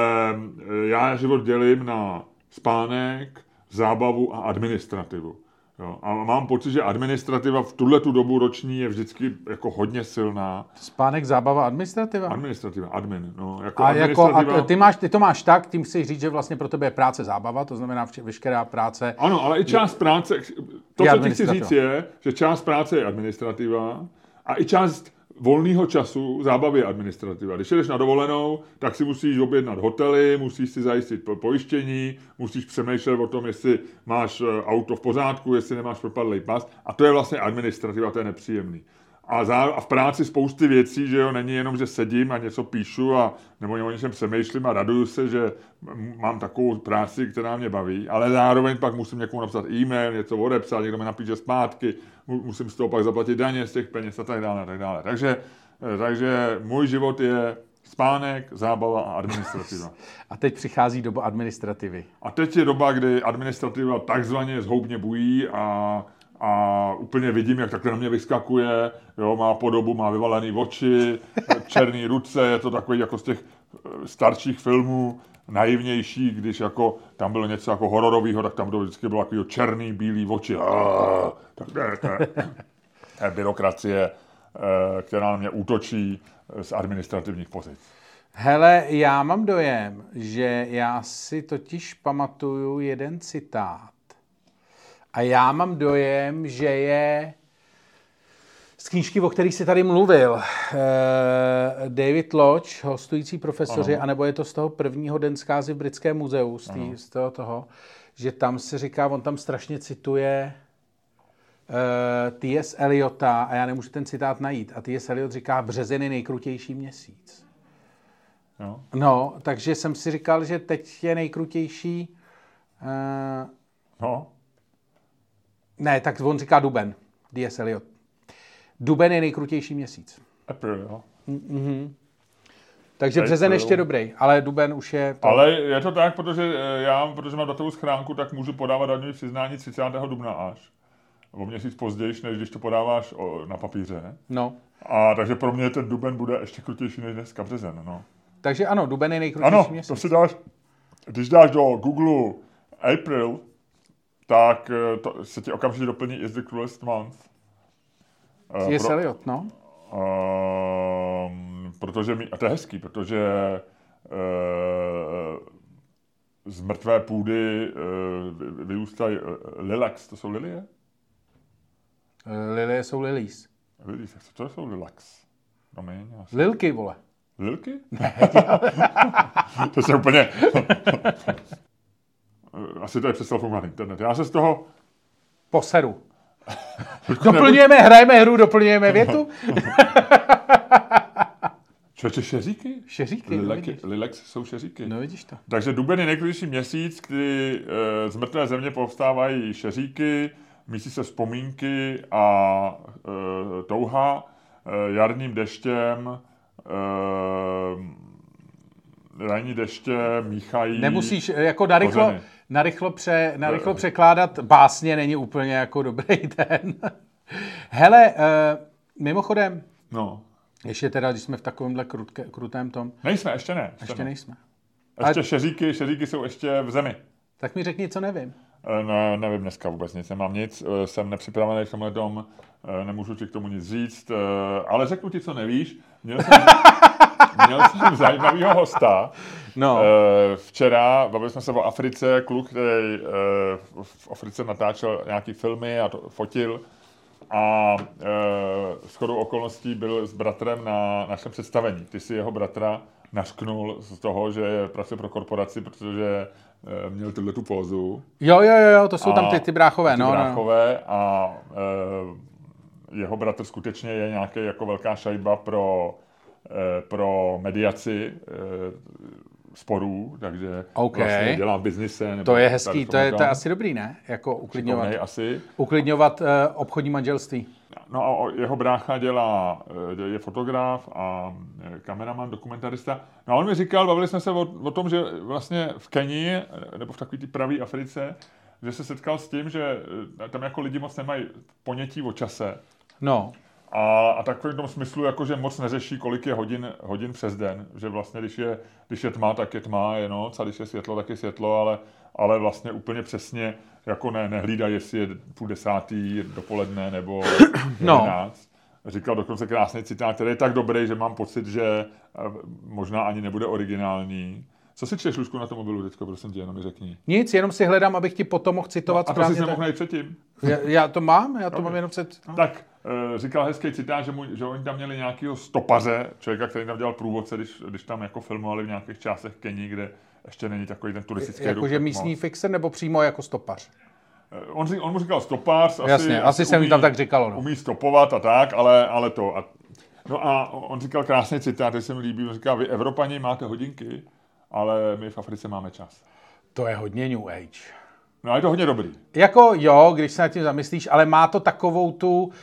já život dělím na spánek, zábavu a administrativu. Jo. A mám pocit, že administrativa v tuhletu dobu roční je vždycky jako hodně silná. Spánek, zábava, administrativa? Administrativa, admin. No, jako a, administrativa... jako, a ty, máš, ty to máš tak, tím chci říct, že vlastně pro tebe je práce zábava, to znamená veškerá práce... Ano, ale i část práce, to, co ti chci říct je, že část práce je administrativa a i část volného času zábavy je administrativa. Když jdeš na dovolenou, tak si musíš objednat hotely, musíš si zajistit pojištění, musíš přemýšlet o tom, jestli máš auto v pořádku, jestli nemáš propadlý pas. A to je vlastně administrativa, to je nepříjemný. A, zá, a v práci spousty věcí, že jo, není jenom, že sedím a něco píšu a nebo o něčem přemýšlím a raduju se, že mám takovou práci, která mě baví, ale zároveň pak musím někomu napsat e-mail, něco odepsat, někdo mi napíše zpátky, musím z toho pak zaplatit daně z těch peněz a tak dále, a tak dále. Takže, takže můj život je spánek, zábava a administrativa. A teď přichází doba administrativy. A teď je doba, kdy administrativa takzvaně zhoubně bují a a úplně vidím, jak takhle na mě vyskakuje, jo, má podobu, má vyvalený oči, černý ruce, je to takový jako z těch starších filmů, naivnější, když jako tam bylo něco jako hororového, tak tam to vždycky bylo takový černý, bílý oči. Aaaa, tak to je, to je, to je byrokracie, která na mě útočí z administrativních pozic. Hele, já mám dojem, že já si totiž pamatuju jeden citát. A já mám dojem, že je z knížky, o který jsi tady mluvil, David Lodge, hostující profesoři, ano. Anebo je to z toho prvního den zkázy v Britském muzeu, z, tý, z toho, toho, že tam se říká, on tam strašně cituje uh, T S. Eliota a já nemůžu ten citát najít. A T S. Eliot říká, březen je nejkrutější měsíc. No. no, takže jsem si říkal, že teď je nejkrutější... Uh, no. Ne, tak on říká duben. D S. Eliot. Duben je nejkrutější měsíc. April, jo. Mm-hmm. Takže březen ještě dobrý, ale duben už je... To... Ale je to tak, protože já, protože mám datovou schránku, tak můžu podávat daňové přiznání třicátého dubna až. O měsíc později, než když to podáváš o, na papíře. No. A takže pro mě ten duben bude ještě krutější než dneska březen, no. Takže ano, duben je nejkrutější ano, měsíc. Ano, to si dáš, když dáš do Google April, tak to se ti okamžitě doplní is the cruelest month. T S. Eliot, no. Uh, protože mi, a to je hezký, protože uh, z mrtvé půdy uh, vyrůstají uh, lilacs, to jsou lilie? Uh, lilie jsou lilies. Lilies, co to jsou lilacs? Promiň, asi. Lilky, vole. Lilky? To se úplně... asi tady přestal fungovat internet. Já se z toho... Poseru. Doplňujeme, hrajeme hru, doplňujeme větu. Člověče, šeříky? Šeříky, Lilek, no Lilex jsou šeříky. No vidíš to. Takže duben je nejklidnější měsíc, kdy e, z mrtvé země povstávají šeříky, mísí se vzpomínky a e, touha e, jarním deštěm, e, ranní deště míchají. Nemusíš jako narychlo, narychlo, pře, narychlo překládat básně, není úplně jako dobrý ten. Hele, e, mimochodem, no. Ještě teda, když jsme v takovémhle krutke, krutém tom. Nejsme, ještě ne. Ještě, ještě nejsme. Ještě Ale... šeříky, šeříky jsou ještě v zemi. Tak mi řekni, co nevím. Ne, nevím dneska vůbec nic, nemám nic, jsem nepřipravený v tomhle tom, nemůžu ti k tomu nic říct, ale řeknu ti, co nevíš. Měl jsem, měl jsem zajímavýho hosta. No. Včera bavili jsme se o Africe, kluk, který v Africe natáčel nějaký filmy a to fotil. A e, shodou okolností byl s bratrem na našem představení. Ty si jeho bratra nařknul z toho, že pracuje pro korporaci, protože e, měl tuhle tu pózu. Jo, jo, jo, to jsou a, tam ty, ty bráchové. Ty no, bráchové no. A e, jeho bratr skutečně je nějaký jako velká šajba pro, e, pro mediaci e, sporů, takže okay. Vlastně dělá v biznise. Nebo to je hezký, to je, to je asi dobrý, ne? Jako uklidňovat, asi. uklidňovat uh, obchodní manželství. No a jeho brácha dělá, je fotograf a kameraman, dokumentarista. No a on mi říkal, bavili jsme se o, o tom, že vlastně v Kenii, nebo v takové té pravé Africe, že se setkal s tím, že tam jako lidi moc nemají ponětí o čase. No. A, a takovým tom smyslu, jako, že moc neřeší, kolik je hodin, hodin přes den. Že vlastně, když je, když je tma, tak je tma, je noc, a když je světlo, tak je světlo, ale, ale vlastně úplně přesně jako ne, nehlídá, jestli je půl desátý dopoledne nebo jedenáct. No. Říkal dokonce krásný citát, který je tak dobrý, že mám pocit, že možná ani nebude originální. Co si čteš, Lužku, na tom mobilu teďko, prosím tě, jenom mi řekni. Nic, jenom si hledám, abych ti potom mohl citovat. No, a to jsi nemohl najít předtím. Já, já to mám, já to okay. mám jenom před... No. Tak e, říkal hezký citát, že, mu, že oni tam měli nějakého stopaře, člověka, který tam dělal průvodce, když, když tam jako filmovali v nějakých částech Keni, kde ještě není takový ten turistický ruch. Jakože místní fixer nebo přímo jako stopař? E, on, on mu říkal stopař. Jasně, asi, asi se mi tam tak říkalo. No. Umí stopovat a tak, ale, ale to. A, no a on říkal krásný citát, který se mi líbí, on říkal, vy Evropani máte hodinky, ale my v Africe máme čas. To je hodně New Age. No, je to hodně dobrý. Jako jo, když se nad tím zamyslíš, ale má to takovou tu...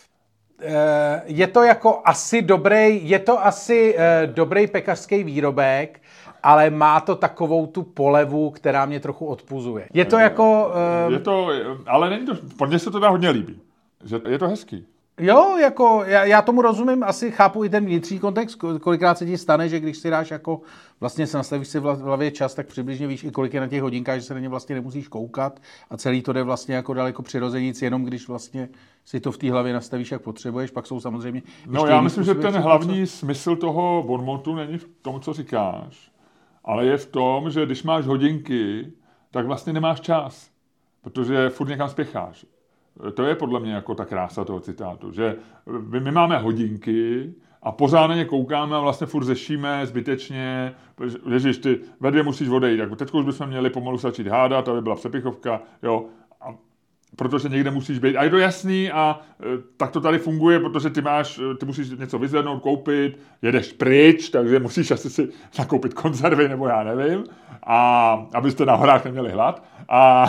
E, je to jako asi dobrý, je to asi e, dobrý pekařský výrobek, ale má to takovou tu polevu, která mě trochu odpuzuje. Je to jako... E, je to, ale není to... Pro mě se to dá hodně líbí. Že je to hezký. Jo, jako já, já tomu rozumím, asi chápu i ten vnitřní kontext, kolikrát se ti stane, že když si dáš jako, vlastně se nastavíš si v hlavě čas, tak přibližně víš i kolik je na těch hodinkách, že se na ně vlastně nemusíš koukat a celý to jde vlastně jako daleko přirozeníc, jenom když vlastně si to v té hlavě nastavíš, jak potřebuješ, pak jsou samozřejmě... No já myslím, že ten hlavní co... smysl toho bonmotu není v tom, co říkáš, ale je v tom, že když máš hodinky, tak vlastně nemáš čas, protože furt někam spěcháš. To je podle mě jako ta krása toho citátu, že my máme hodinky a pořád na ně koukáme a vlastně furt řešíme zbytečně, ježiš, ty ve dvě musíš odejít, tak teď už bychom měli pomalu začít hádat, aby byla přepichovka, jo, a protože někde musíš být. A je to jasný a e, tak to tady funguje, protože ty máš, ty musíš něco vyzvednout, koupit, jedeš pryč, takže musíš asi si nakoupit konzervy, nebo já nevím, a abyste na horách neměli hlad. A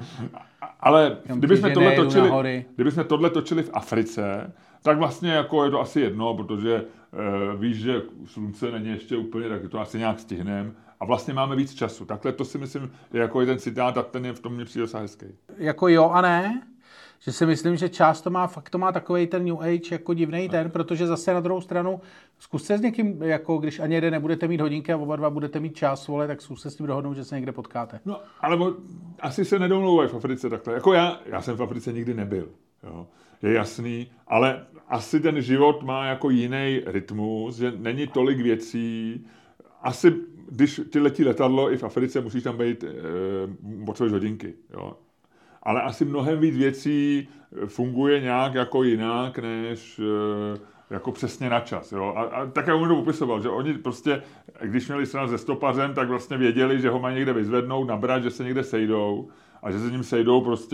ale kdybychom tohle točili, kdybychom tohle točili v Africe, tak vlastně jako je to asi jedno, protože e, víš, že slunce není ještě úplně, tak to asi nějak stihneme a vlastně máme víc času. Takhle to si myslím, je jako jeden citát a ten je v tom mě přijde hezký. Jako jo a ne, že si myslím, že část to má, fakt to má takovej ten New Age jako divnej ten, protože zase na druhou stranu zkuste s někým, jako když ani jeden nebudete mít hodinky a oba dva budete mít čas, vole, tak zkuste s tím dohodnout, že se někde potkáte. No, ale bo, asi se nedomlouvají v Africe takhle. Jako já, já jsem v Africe nikdy nebyl, jo. Je jasný, ale asi ten život má jako jiný rytmus, že není tolik věcí. Asi, když ti letí letadlo i v Africe, musíš tam být, e, potřebuješ hodinky, jo. Ale asi mnohem víc věcí funguje nějak jako jinak, než, jako přesně na čas. Jo? A, a tak jak on to popisoval, že oni prostě, když měli stranu se stopařem, tak vlastně věděli, že ho mají někde vyzvednout, nabrat, že se někde sejdou a že se s ním sejdou prostě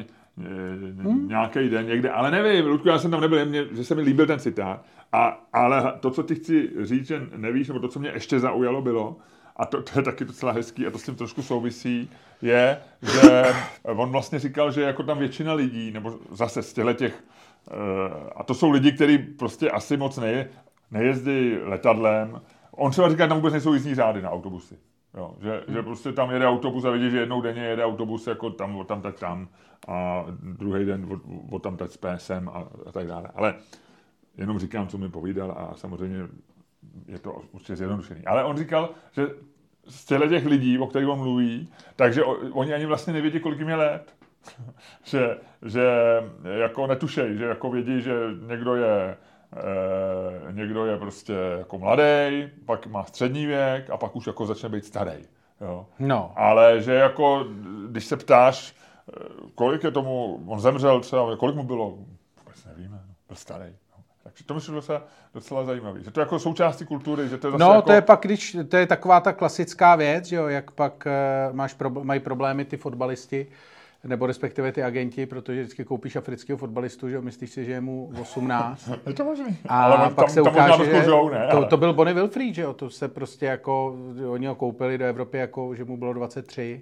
hmm. nějaký den někde. Ale nevím, Ludku, já jsem tam nebyl, mě, že se mi líbil ten citát. A, ale to, co ti chci říct, že nevíš, nebo to, co mě ještě zaujalo, bylo, a to, to je taky docela hezký a to s tím trošku souvisí, je, že on vlastně říkal, že jako tam většina lidí, nebo zase z těchto těch, a to jsou lidi, kteří prostě asi moc neje, nejezdí letadlem. On třeba říká, že tam vůbec nejsou jízdní řády na autobusy. Jo, že, hmm. že prostě tam jede autobus a vidí, že jednou denně jede autobus jako tam, od tam, tak tam a druhý den od, od tam, tak sem a, a tak dále. Ale jenom říkám, co mi povídal a samozřejmě je to určitě zjednodušený. Ale on říkal, že z těch lidí, o kterých on mluví, takže oni ani vlastně nevědí, kolik jim je let. že, že jako netušej, že jako vědí, že někdo je eh, někdo je prostě jako mladý, pak má střední věk a pak už jako začne být starý. Jo. No. Ale že jako, když se ptáš, kolik je tomu, on zemřel třeba, kolik mu bylo, vůbec nevíme, byl starý. Takže to myslím, docela, docela zajímavý. Že to je jako součástí kultury, že to je zase No, jako... to je pak, když, to je taková ta klasická věc, že jo, jak pak uh, máš pro, mají problémy ty fotbalisti, nebo respektive ty agenti, protože vždycky koupíš afrického fotbalistu, že jo, myslíš si, že je mu osmnáct. Je to možný. A ale pak tam, se tam ukáže, že žou, ne, to, ale... to byl Bonnie Wilfried, že jo, to se prostě jako, oni ho koupili do Evropy, jako, že mu bylo dvacet tři.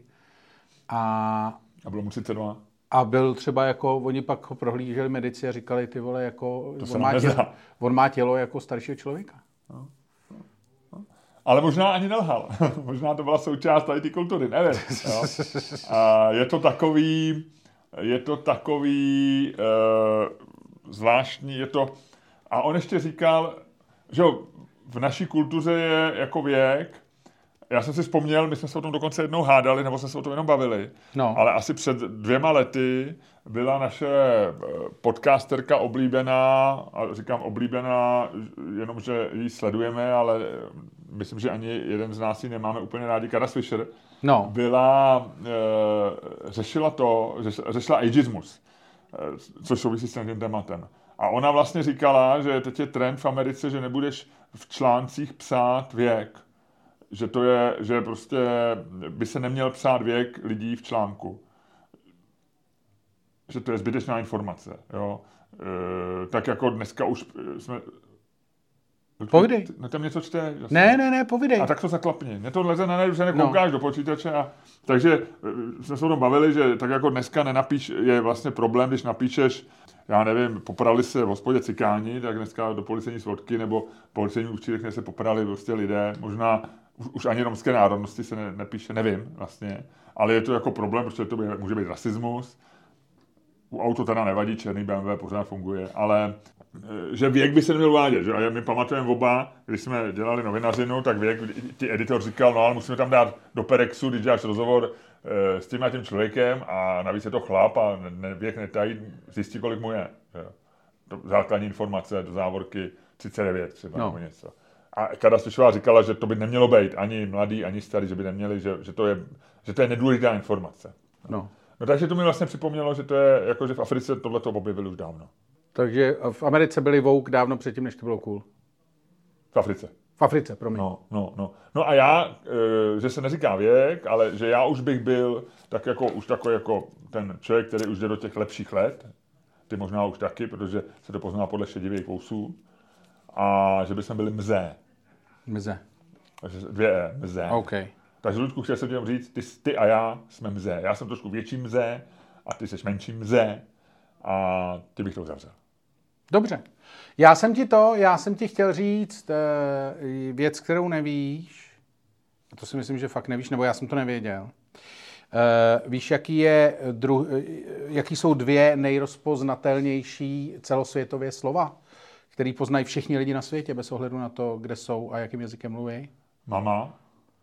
A, a bylo mu třicet dva. A byl třeba jako, oni pak ho prohlíželi medici a říkali, ty vole, jako, to on má, tělo, on má tělo jako staršího člověka. No. No. Ale možná ani nelhal. Možná to byla součást tady ty kultury, nevím. Jo. A je to takový, je to takový uh, zvláštní, je to, a on ještě říkal, že v naší kultuře je jako věk. Já jsem si vzpomněl, my jsme se o tom dokonce jednou hádali, nebo jsme se o tom jenom bavili, no. Ale asi před dvěma lety byla naše podcasterka oblíbená, a říkám oblíbená, jenom, že ji sledujeme, ale myslím, že ani jeden z nás ji nemáme úplně rádi, Kara Swisher, no. byla, e, řešila to, řeš, řešila ageismus, e, což souvisí s tím tématem. A ona vlastně říkala, že teď je trend v Americe, že nebudeš v článcích psát věk. Že to je, že prostě by se neměl psát věk lidí v článku. Že to je zbytečná informace, jo. E, tak jako dneska už jsme... Povídej. No tam něco čte. Jasný. Ne, ne, ne, povídej. A tak to zaklapni. Mě to leze na ne, už se nekoukáš no. do počítače. A, takže jsme se o tom bavili, že tak jako dneska nenapíš, je vlastně problém, když napíšeš, já nevím, poprali se v hospodě cikáni, tak dneska do policejní svodky nebo policejní účilech se poprali prostě lidé, možná už, už ani romské národnosti se ne, nepíše, nevím vlastně, ale je to jako problém, protože to by, může být rasismus. U auto teda nevadí, černý bé em vé pořád funguje, ale že věk by se neměl uvádět. Že? A my pamatujeme oba, když jsme dělali novinařinu, tak věk, ti editor říkal, no ale musíme tam dát do Perexu, když děláš rozhovor e, s tím a tím člověkem a navíc je to chlap a ne, věk netají, zjistí, kolik mu je. Že? To základní informace do závorky třicet devět třeba no. nebo něco. A Kara Swisherová říkala, že to by nemělo být ani mladý, ani starý, že by neměli, že, že, to, je, že to je nedůležitá informace. No. No takže to mi vlastně připomnělo, že to je, jako že v Africe tohleto objevili už dávno. Takže v Americe byli woke dávno předtím, než to bylo cool. V Africe. V Africe, promiň. No, no, no. No a já, e, že se neříká věk, ale že já už bych byl tak jako, už takový jako ten člověk, který už jde do těch lepších let. Ty možná už taky, protože se to pozná podle šedivých vousů. A že bychom byli mzé. Mze. Takže dvě E, mzé. Okay. Takže Ludku, chtěl jsem ti říct, ty, ty a já jsme mzé. Já jsem trošku větší mzé a ty jsi menší mzé a ty bych to uzavřel. Dobře. Já jsem ti to, já jsem ti chtěl říct věc, kterou nevíš, a to si myslím, že fakt nevíš, nebo já jsem to nevěděl. Víš, jaký, je dru, jaký jsou dvě nejrozpoznatelnější celosvětově slova, který poznají všichni lidi na světě, bez ohledu na to, kde jsou a jakým jazykem mluví? Mama.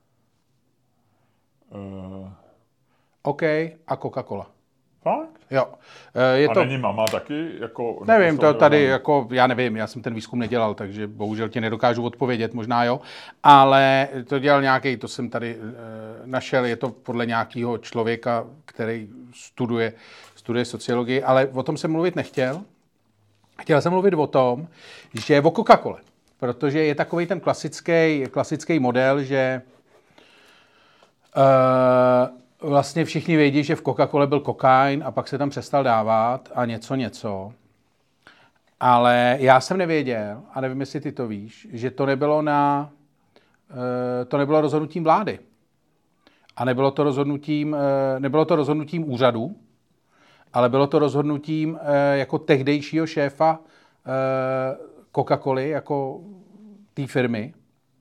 Uh... OK a Coca-Cola. Fakt? Jo. Je a to... není mama taky? Jako, nevím, to tady jako, já nevím, já jsem ten výzkum nedělal, takže bohužel ti nedokážu odpovědět, možná jo, ale to dělal nějaký, to jsem tady e, našel, je to podle nějakého člověka, který studuje, studuje sociologii, ale o tom jsem mluvit nechtěl. chtěl jsem mluvit o tom, že o Coca-Cole, protože je takový ten klasický, klasický model, že uh, vlastně všichni vědí, že v Coca-Cole byl kokain a pak se tam přestal dávat a něco, něco. Ale já jsem nevěděl, a nevím, jestli ty to víš, že to nebylo na, uh, to nebylo rozhodnutím vlády. A nebylo to rozhodnutím, uh, nebylo to rozhodnutím úřadu, ale bylo to rozhodnutím uh, jako tehdejšího šéfa uh, Coca-Coly, jako té firmy,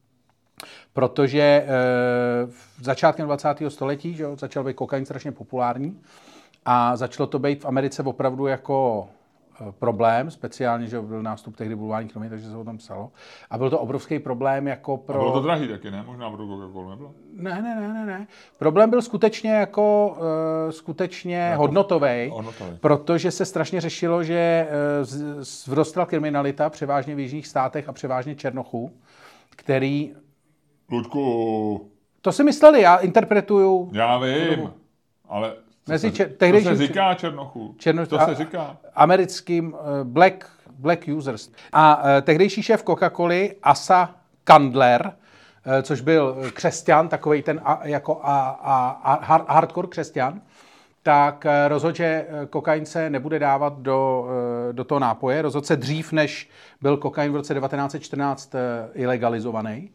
protože uh, v začátkem dvacátého století že, začal být kokain strašně populární a začalo to být v Americe opravdu jako problém, speciálně, že byl nástup tehdy bulvární kroniky, takže se o tom psalo. A byl to obrovský problém jako pro... A bylo to drahý taky, ne? Možná pro Coca-Colu nebylo? Ne, ne, ne, ne, ne. Problém byl skutečně jako uh, skutečně jako hodnotový, protože se strašně řešilo, že uh, vzrostla kriminalita převážně v jižních státech a převážně Černochů, který... Ludku... To si mysleli, já interpretuju... Já vím, ale... Mezi to, čer, to se říká Černochů. Černoch, to se říká. Americkým uh, black, black users. A uh, tehdejší šéf Coca-Coly, Asa Candler, uh, což byl křesťan, takovej ten uh, jako a, a, a hardcore křesťan, tak uh, rozhodl, že kokain se nebude dávat do, uh, do toho nápoje. Rozhodl se dřív, než byl kokain v roce devatenáct set čtrnáct uh, ilegalizovaný.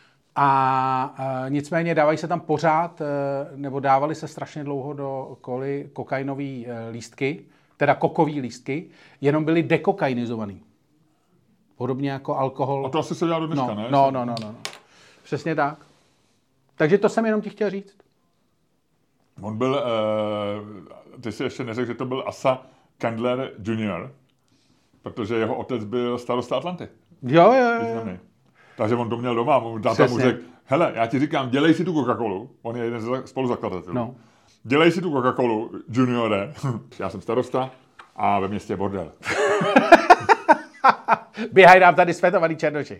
A e, nicméně dávají se tam pořád, e, nebo dávali se strašně dlouho do koly kokainové e, lístky, teda kokové lístky, jenom byly dekokainizovaný. Podobně jako alkohol. A to asi se dělá do dneska, no, ne? No, no, no, no. Přesně tak. Takže to jsem jenom ti chtěl říct. On byl, e, ty si ještě neřekl, že to byl Asa Candler junior, protože jeho otec byl starosta Atlanty. Jo, jo, jo. Takže on to měl doma, táta mu řekl, hele, já ti říkám, dělej si tu Coca-Colu, on je jeden z spoluzakladatelů, no. Dělej si tu Coca-Colu, juniore, já jsem starosta a ve městě je bordel. Běhají nám tady světovaný černoši.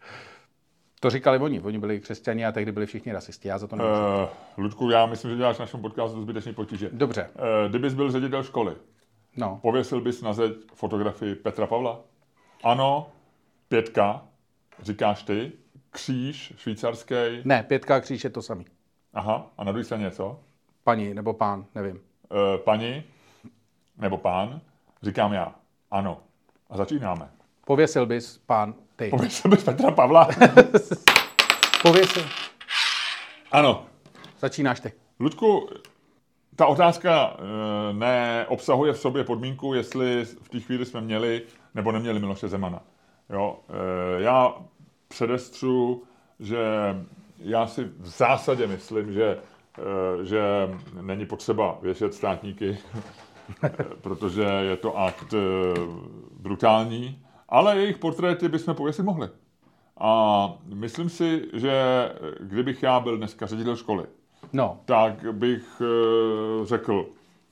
To říkali oni, oni byli křesťani a tehdy byli všichni rasisti, já za to nemůžu. Uh, Ludku, já myslím, že děláš v našem podcastu zbytečný potíže. Dobře. Uh, kdybys byl ředitel školy, no. Pověsil bys na zeď fotografii Petra Pavla? Ano, pětka. Říkáš ty, kříž švýcarský. Ne, pětka a kříž je to samý. Aha, a na druhé straně co? Paní nebo pán, nevím. E, paní nebo pán, říkám já. Ano. A začínáme. Pověsil bys pán ty. Pověsil bys Petra Pavla? Pověsil. Ano. Začínáš ty. Luďku, ta otázka e, neobsahuje v sobě podmínku, jestli v té chvíli jsme měli nebo neměli Miloše Zemana. Jo, e, já předestřu, že já si v zásadě myslím, že, e, že není potřeba věšet státníky, protože je to akt e, brutální, ale jejich portréty bychom pověsit mohli. A myslím si, že kdybych já byl dneska ředitel školy, no. tak bych e, řekl,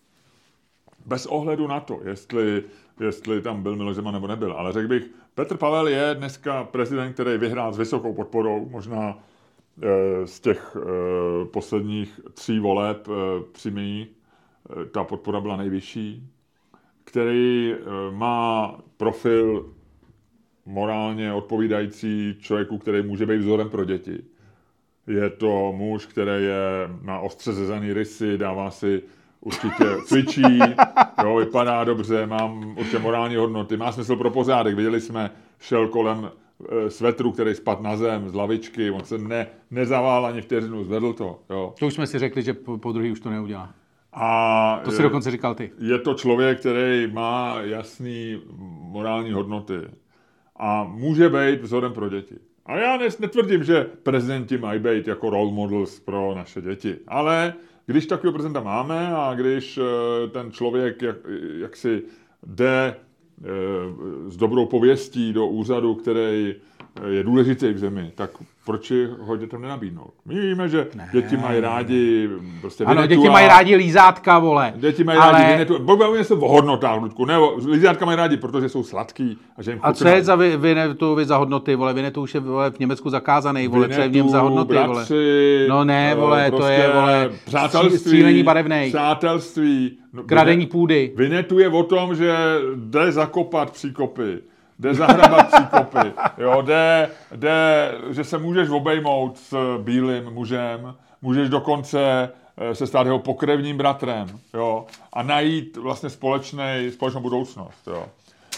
bez ohledu na to, jestli, jestli tam byl Miloš Zeman nebo nebyl, ale řekl bych, Petr Pavel je dneska prezident, který vyhrál s vysokou podporou, možná e, z těch e, posledních tří voleb e, přímý, e, ta podpora byla nejvyšší, který e, má profil morálně odpovídající člověku, který může být vzorem pro děti. Je to muž, který je, má ostře zezaný rysy, dává si určitě cvičí, jo, vypadá dobře, mám určitě morální hodnoty, má smysl pro pořádek. Viděli jsme, šel kolem e, svetru, který spadl na zem z lavičky, on se ne, nezavál ani vteřinu, zvedl to. Jo. To už jsme si řekli, že po, po druhý už to neudělá. A to si dokonce říkal ty. Je to člověk, který má jasný morální hodnoty a může být vzorem pro děti. A já netvrdím, že prezidenti mají být jako role models pro naše děti, ale když takového prezidenta máme a když ten člověk jak, jak si jde s dobrou pověstí do úřadu, který je důležitý v zemi, tak proč ho dětem nenabídnout? My víme, že ne, děti mají rádi prostě ano, Vinetu děti a... mají rádi lízátka, vole. Děti mají ale... rádi Vinetu. Bavíme se o hodnotách, Ludku. Ne, lízátka mají rádi, protože jsou sladký. A, že jim a co je za Vinetu vy za hodnoty, vole? Vinetu už je vole, v Německu zakázaný, vole. Co je v něm za hodnoty, bratři, vole? No ne, vole, prostě to je, vole, přátelství, střílení barevnej. Přátelství. No, kradení půdy. Vinetu je o tom, že jde zakopat příkopy. Jde zahrabat příkopy, jo, jde, jde, že se můžeš obejmout s bílým mužem, můžeš dokonce se stát jeho pokrevním bratrem, jo, a najít vlastně společnej, společnou budoucnost, jo.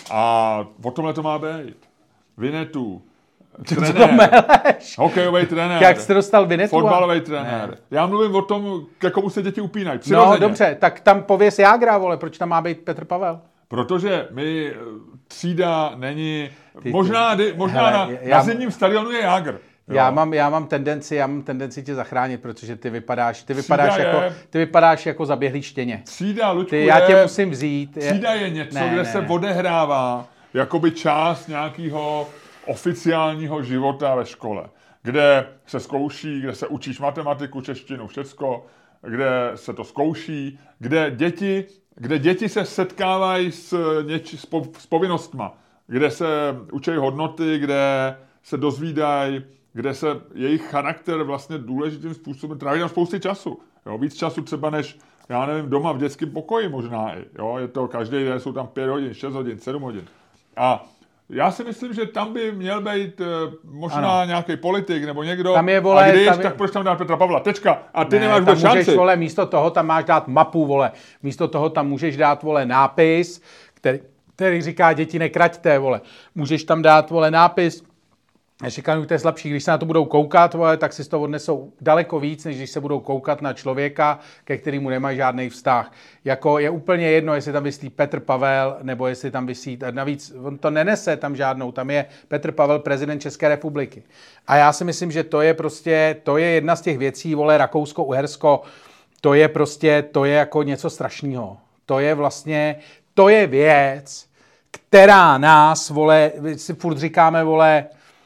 A o tomhle to má být. Vinetu, trenér, hokejový trenér, jak jste dostal Vinetu? Fotbalový trenér. Ne. Já mluvím o tom, ke komu se děti upínají. No dobře, tak tam pověs Jágra, vole, proč tam má být Petr Pavel? Protože my třída není, ty, možná, ty, možná hele, na, já, na zimním stadionu je Jágr. Já mám, já mám tendenci, já mám tendenci tě zachránit, protože ty vypadáš, ty vypadáš, jako, ty vypadáš jako zaběhlý štěně. Třída, Luďku, ty, já tě musím vzít. Je, třída je něco, ne, kde ne, se ne. odehrává jakoby část nějakého oficiálního života ve škole, kde se zkouší, kde se učíš matematiku, češtinu, všecko, kde se to zkouší, kde děti kde děti se setkávají s, něč, s, po, s povinnostma, kde se učí hodnoty, kde se dozvídají, kde se jejich charakter vlastně důležitým způsobem tráví tam spousty času. Jo, víc času třeba než, já nevím, doma v dětském pokoji možná i. Jo, je to každý den, jsou tam pět hodin, šest hodin, sedm hodin. A já si myslím, že tam by měl být možná ano. nějaký politik nebo někdo. Tam je, vole, a když, tam je... tak proč tam dát Petra Pavla? Tečka. A ty ne, nemáš vůbec šanci. Můžeš, vole, místo toho tam máš dát mapu, vole. Místo toho tam můžeš dát, vole, nápis, který, který říká děti nekraťte, vole. Můžeš tam dát, vole, nápis, šikanujte slabší. Když se na to budou koukat, vole, tak si z toho odnesou daleko víc, než když se budou koukat na člověka, ke kterému nemají žádný vztah. Jako je úplně jedno, jestli tam visí Petr Pavel, nebo jestli tam visí, navíc on to nenese tam žádnou, tam je Petr Pavel, prezident České republiky. A já si myslím, že to je prostě, to je jedna z těch věcí, vole, Rakousko-Uhersko, to je prostě, to je jako něco strašného. To je vlastně, to je věc, která nás, vole, si furt říkáme, vole,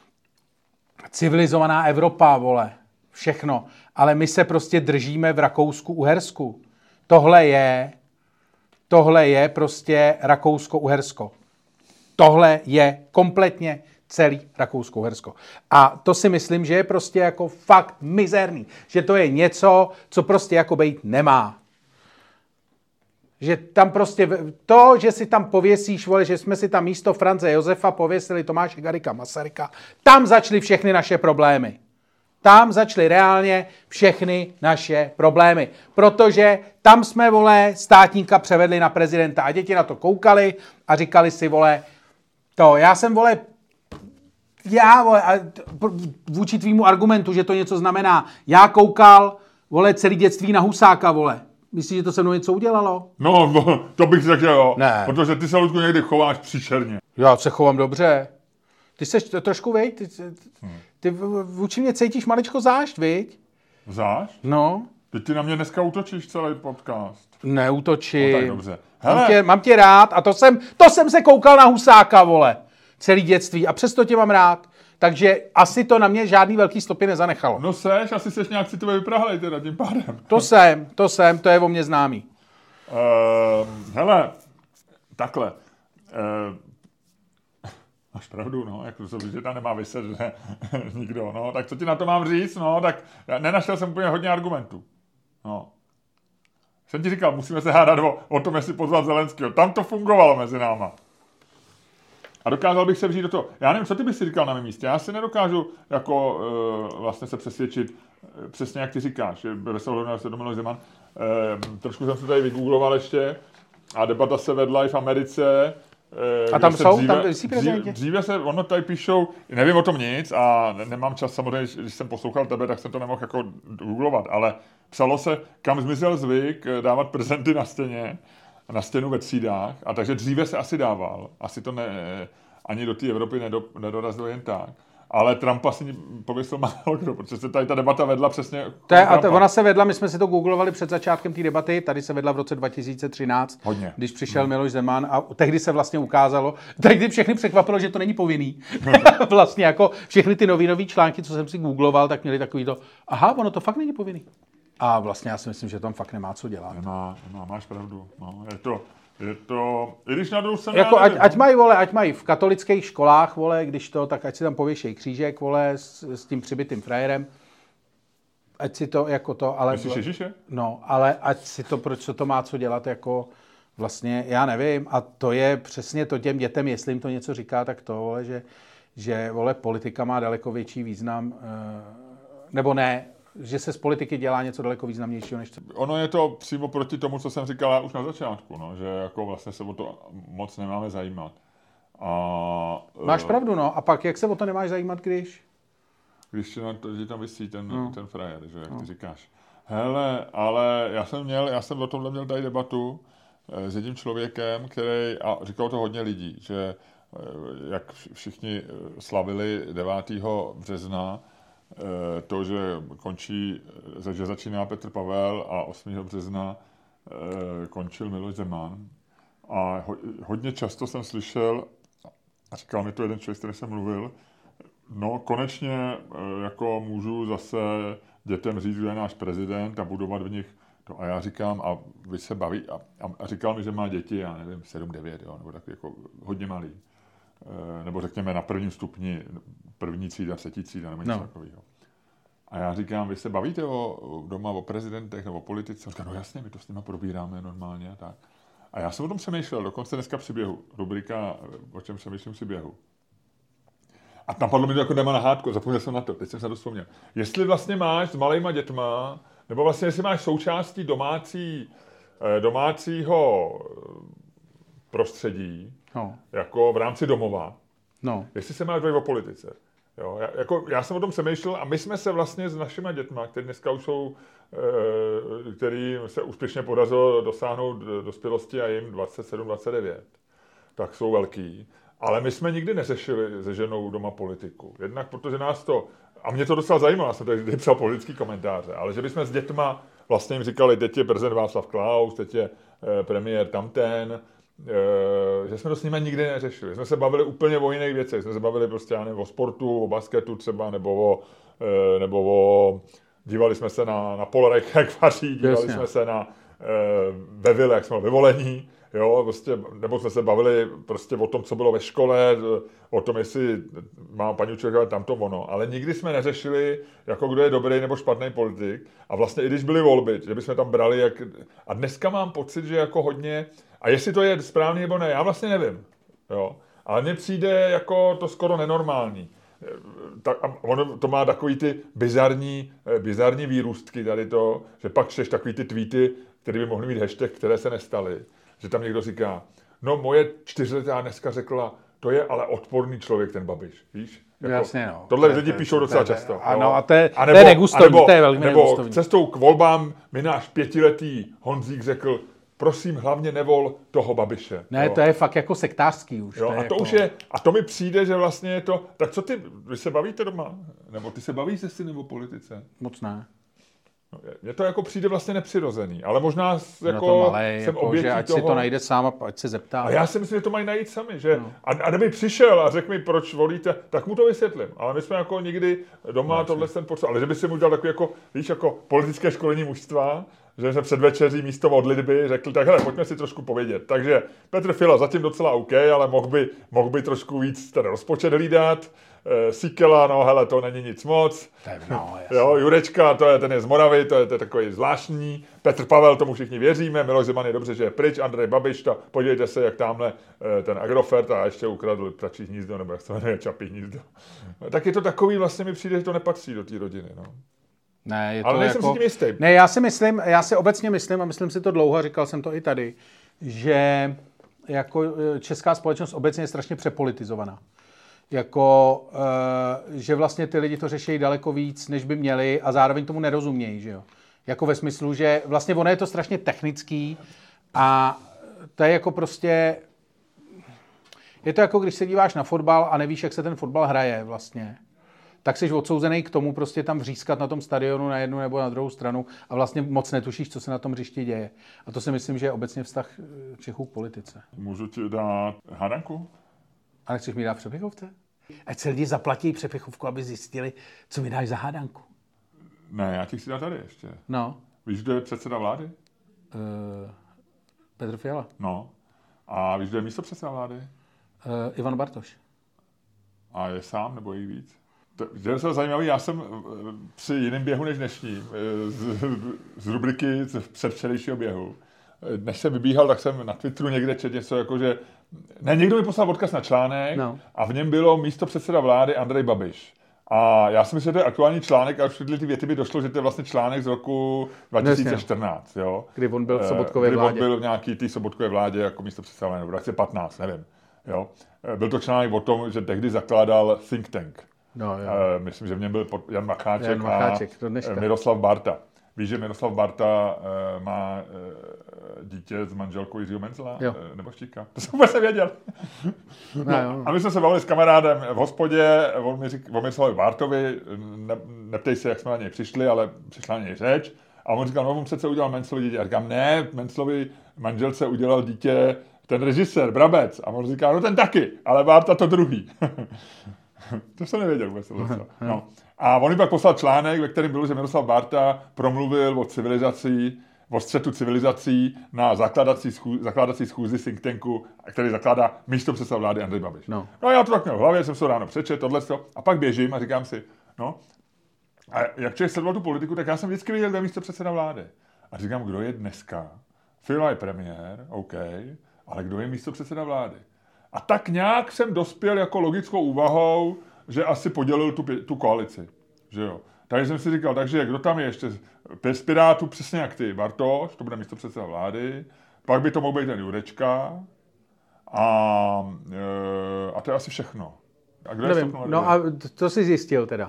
civilizovaná Evropa, vole, všechno. Ale my se prostě držíme v Rakousku-Uhersku. Tohle je, tohle je prostě Rakousko-Uhersko. Tohle je kompletně celý Rakousko-Uhersko. A to si myslím, že je prostě jako fakt mizerný. Že to je něco, co prostě jako být nemá. Že tam prostě, to, že si tam pověsíš, vole, že jsme si tam místo Franze Josefa pověsili Tomáše Garrigua Masaryka, tam začaly všechny naše problémy. Tam začaly reálně všechny naše problémy. Protože tam jsme, vole, státníka převedli na prezidenta a děti na to koukali a říkali si, vole, to, já jsem, vole, já, vole, a vůči tvýmu argumentu, že to něco znamená, já koukal, vole, celý dětství na Husáka, vole. Myslíš, že to se mnou něco udělalo? No, to bych řekl, jo. Ne. Protože ty se, Ludku, někdy chováš příšerně. Já se chovám dobře. Ty seš trošku, viď? Ty, ty, ty vůči mě cítíš maličko zášť, viď? Zášť? No. Ty ty na mě dneska útočíš celý podcast. Neútočím. No tak dobře. Hele. Mám tě, mám tě rád a to jsem, to jsem se koukal na Husáka, vole. Celý dětství a přesto tě mám rád. Takže asi to na mě žádný velký stopy nezanechalo. No seš, asi seš nějak citově vyprahlej teda tím pádem. To jsem, to jsem, to je o mě známý. Uh, hele, takhle. Uh, máš pravdu, no, jak to, že tam nemá vyset, že nikdo, no, tak co ti na to mám říct, no, tak já nenašel jsem úplně hodně argumentů, no. Jsem ti říkal, musíme se hádat o, o tom, jestli pozvat Zelenského, tam to fungovalo mezi náma. A dokázal bych se vžít do toho. Já nevím, co ty bys si říkal na mém místě. Já si nedokážu jako uh, vlastně se přesvědčit, uh, přesně jak ty říkáš. Veselý se do Miloš Zeman. Uh, trošku jsem se tady vygoogloval ještě a debata se vedla i v Americe. Uh, a tam jsou? Dříve, tam dříve, dříve se, ono tady píšou, nevím o tom nic a nemám čas samozřejmě, když jsem poslouchal tebe, tak jsem to nemohl jako googlovat, ale psalo se, kam zmizel zvyk dávat prezenty na stěně, na stěnu ve třídách, a takže dříve se asi dával, asi to ne, ani do té Evropy nedo, nedorazilo jen tak. ale Trumpa si pověsil málo kdo, protože se tady ta debata vedla přesně. To je, a to, ona se vedla, my jsme si to googlovali před začátkem té debaty, tady se vedla v roce dva tisíce třináct, Hodně. Když přišel hmm. Miloš Zeman a tehdy se vlastně ukázalo, tehdy všechny překvapilo, že to není povinný. Vlastně jako všechny ty novinové články, co jsem si googloval, tak měli takový to, aha, ono to fakt není povinný. A vlastně já si myslím, že tam fakt nemá co dělat. Nemá, nemá máš pravdu. No, je to, je to, i když na druhou stranu jako ať, ať mají, vole, ať mají v katolických školách, vole, když to, tak ať si tam pověšejí křížek, vole, s, s tím přibitým frajerem. Ať si to, jako to, ale... Myslíš Ježíše? No, ale ať si to, proč to má co dělat, jako vlastně, já nevím. A to je přesně to těm dětem, jestli jim to něco říká, tak to, vole, že, že, vole, politika má daleko větší význam, nebo ne, že se z politiky dělá něco daleko významnějšího než to. Ono je to přímo proti tomu, co jsem říkal už na začátku, no, že jako vlastně se o to moc nemáme zajímat. A, máš pravdu, no. A pak jak se o to nemáš zajímat, když? Když že tam vysí ten, no. ten frajer, že jak no. ty říkáš. Hele, ale já jsem měl, já jsem o tomhle měl tady debatu s jedním člověkem, který, a říkal to hodně lidí, že jak všichni slavili devátého března, to, že končí, že začíná Petr Pavel a osmého března končil Miloš Zeman. A hodně často jsem slyšel, a říkal mi to jeden člověk, s kterým jsem mluvil, no konečně jako můžu zase dětem říct, že je náš prezident a budovat v nich to. A já říkám, a vy se baví, a, a říkal mi, že má děti, já nevím, sedm devět, jo, nebo tak jako hodně malý. Nebo řekněme na prvním stupni, první třída, třetí třída, nebo něco no. takového. A já říkám, vy se bavíte o, doma o prezidentech nebo politice? Říkám, no jasně, my to s nimi probíráme normálně a tak. A já jsem o tom přemýšlel, dokonce dneska při běhu, rubrika, o čem přemýšlím při běhu. A napadlo mi to jako téma na hádku, zapomněl jsem na to, teď jsem se to vzpomněl. Jestli vlastně máš s malejma dětma, nebo vlastně jestli máš součástí domácí, domácího prostředí, no. jako v rámci domova, no. jestli se máš bavit o politice. Jo, já, jako, já jsem o tom přemýšlel a my jsme se vlastně s našima dětma, který dneska už jsou, e, který se úspěšně podařilo dosáhnout dospělosti a jim dvacet sedm dvacet devět, tak jsou velký. Ale my jsme nikdy neřešili se ženou doma politiku. Jednak protože nás to, a mě to docela zajímalo, já jsem tady psal politický komentáře, ale že bychom s dětma vlastně jim říkali, teď je prezident Václav Klaus, teď je e, premiér tamten, e, že jsme to s nimi nikdy neřešili. Jsme se bavili úplně o jiných věcech. Jsme se bavili prostě, já nevím, o sportu, o basketu třeba, nebo o, e, nebo o dívali jsme se na, na Polarek, jak vaří, dívali Jasně. jsme se na e, ve Vile, jak jsme ve Volení. Jo, prostě, nebo jsme se bavili prostě o tom, co bylo ve škole, o tom, jestli má paní učitelka tamto ono, ale nikdy jsme neřešili, jako kdo je dobrý nebo špatný politik. A vlastně i když byly volby, že bychom tam brali, jak... A dneska mám pocit, že jako hodně... A jestli to je správně nebo ne, já vlastně nevím. Jo. Ale mně přijde jako to skoro nenormální. Tak, a ono to má takový ty bizarní, bizarní výrůstky tady to, že pak čteš takový ty tweety, které by mohly mít hashtag, které se nestaly. Že tam někdo říká, no moje čtyřletá dneska řekla, to je ale odporný člověk ten Babiš, víš? Jako, Jasně, no. Tohle lidi píšou docela často. Ano, a to je, to je negustovní, to je velmi nebo negustovní. Cestou k volbám mi náš pětiletý Honzík řekl, prosím, hlavně nevol toho Babiše. Ne, jo. To je fakt jako sektářský už. Jo, to je a to jako... už je, a to mi přijde, že vlastně je to, tak co ty, vy se bavíte doma? Nebo ty se bavíš se syny o politice? Moc ne. Mně to jako přijde vlastně nepřirozený, ale možná jako no malej, jsem jako, obětí že ať toho. si to najde sám a ať se zeptá. A já si myslím, že to mají najít sami, že no. a, a kdyby přišel a řekl mi, proč volíte, tak mu to vysvětlím. Ale my jsme jako nikdy doma no, tohle jsem potřeboval. Ale že by si mu udělal takový jako, víš, jako politické školení mužstva, že jsme před večeří místo modlitby řekli, tak hele, pojďme si trošku povědět. Takže Petr Fiala zatím docela OK, ale mohl by, mohl by trošku víc ten rozpočet hlídat. Síkela, no hele, to není nic moc. No, jo, Jurečka, to je, ten je z Moravy, to je, to je takový zvláštní. Petr Pavel, tomu všichni věříme. Miloš Zeman je dobře, že je pryč. Andrej Babiš, to, podívejte se, jak tamhle ten Agrofert a ještě ukradl ptačí hnízdo, nebo jak se jmenuje, čapí hnízdo. Tak je to takový, vlastně mi přijde, že to nepatří do té rodiny. No. Ne, je to ale nejsem jako... si tím jistý. Ne, já si myslím, já si obecně myslím, a myslím si to dlouho, říkal jsem to i tady, že jako česká společnost obecně je strašně přepolitizovaná. Jako, e, že vlastně ty lidi to řeší daleko víc, než by měli a zároveň tomu nerozumějí, že jo. Jako ve smyslu, že vlastně ono je to strašně technický a to je jako prostě, je to jako když se díváš na fotbal a nevíš, jak se ten fotbal hraje vlastně. tak jsi odsouzený k tomu prostě tam vřískat na tom stadionu na jednu nebo na druhou stranu a vlastně moc netušíš, co se na tom hřišti děje. A to si myslím, že je obecně vztah Čechů k politice. Můžu ti dát hádanku? A nechceš mi dát přepichovce? Ať se lidi zaplatí přepichovku, aby zjistili, co mi dáš za hádanku. Ne, já ti chci dát tady ještě. No. Víš, kdo je předseda vlády? Uh, Petr Fiala. No. A víš, kdo je místopředseda vlády? Uh, Ivan Bartoš. A je sám, nebo je víc? To je zajímavý, já jsem při jiném běhu než dnešním, z, z rubriky z předvčerejšího běhu, než jsem vybíhal, tak jsem na Twitteru někde četl něco jako, že ne, někdo mi poslal odkaz na článek no. a v něm bylo místopředseda vlády Andrej Babiš. A já si myslím, že to je aktuální článek a už tyhle ty věty by došlo, že to je vlastně článek z roku dva tisíce čtrnáct. Jo? Kdy on byl v Sobotkové vládě. Kdy on byl v nějaký té Sobotkové vládě jako místopředseda vlády, nebo dva tisíce patnáct, nevím. Jo? Byl to článek o tom, že tehdy zakládal think tank. No, jo. Myslím, že v něm byl Jan Macháček, Jan Macháček a Miroslav Barta. Víš, že Miroslav Barta uh, má uh, dítě s manželkou Jiřího Mencela, uh, nebožčíka. To jsem vůbec nevěděl. no, no, a my jsme se bavili s kamarádem v hospodě, on mi říkal, o Miroslavu Bartovi, ne, neptej se, jak jsme na něj přišli, ale přišla na něj řeč. A on říkal, no on přece udělal Mencelovi dítě. A říkám, ne, Mencelovi manželce udělal dítě ten režisér, Brabec. A on říká, no ten taky, ale Barta to druhý. To jsem nevěděl vůbec. No. A on mi pak poslal článek, ve kterém bylo, že Miroslav Barta promluvil o civilizaci, o střetu civilizací na zakládací, schůzi, zakládací schůzi think tanku, který zakládá místopředseda vlády Andrej Babiš. No. no a já to tak měl v hlavě, jsem se ráno přečet, tohleto, a pak běžím a říkám si, no, a jak člověk sledoval tu politiku, tak já jsem vždycky viděl, kdo je místopředseda vlády. A říkám, kdo je dneska? Fiala je premiér, OK, ale kdo je místopředseda vlády? A tak nějak jsem dospěl jako logickou úvahou, že asi podělil tu, tu koalici. Že jo. Takže jsem si říkal, takže kdo tam je ještě z Pirátů, přesně jak ty, Bartoš, to bude místopředseda vlády, pak by to mohl být ten Jurečka a, e, a to je asi všechno. A kdo Nevím, je no a to jsi zjistil teda?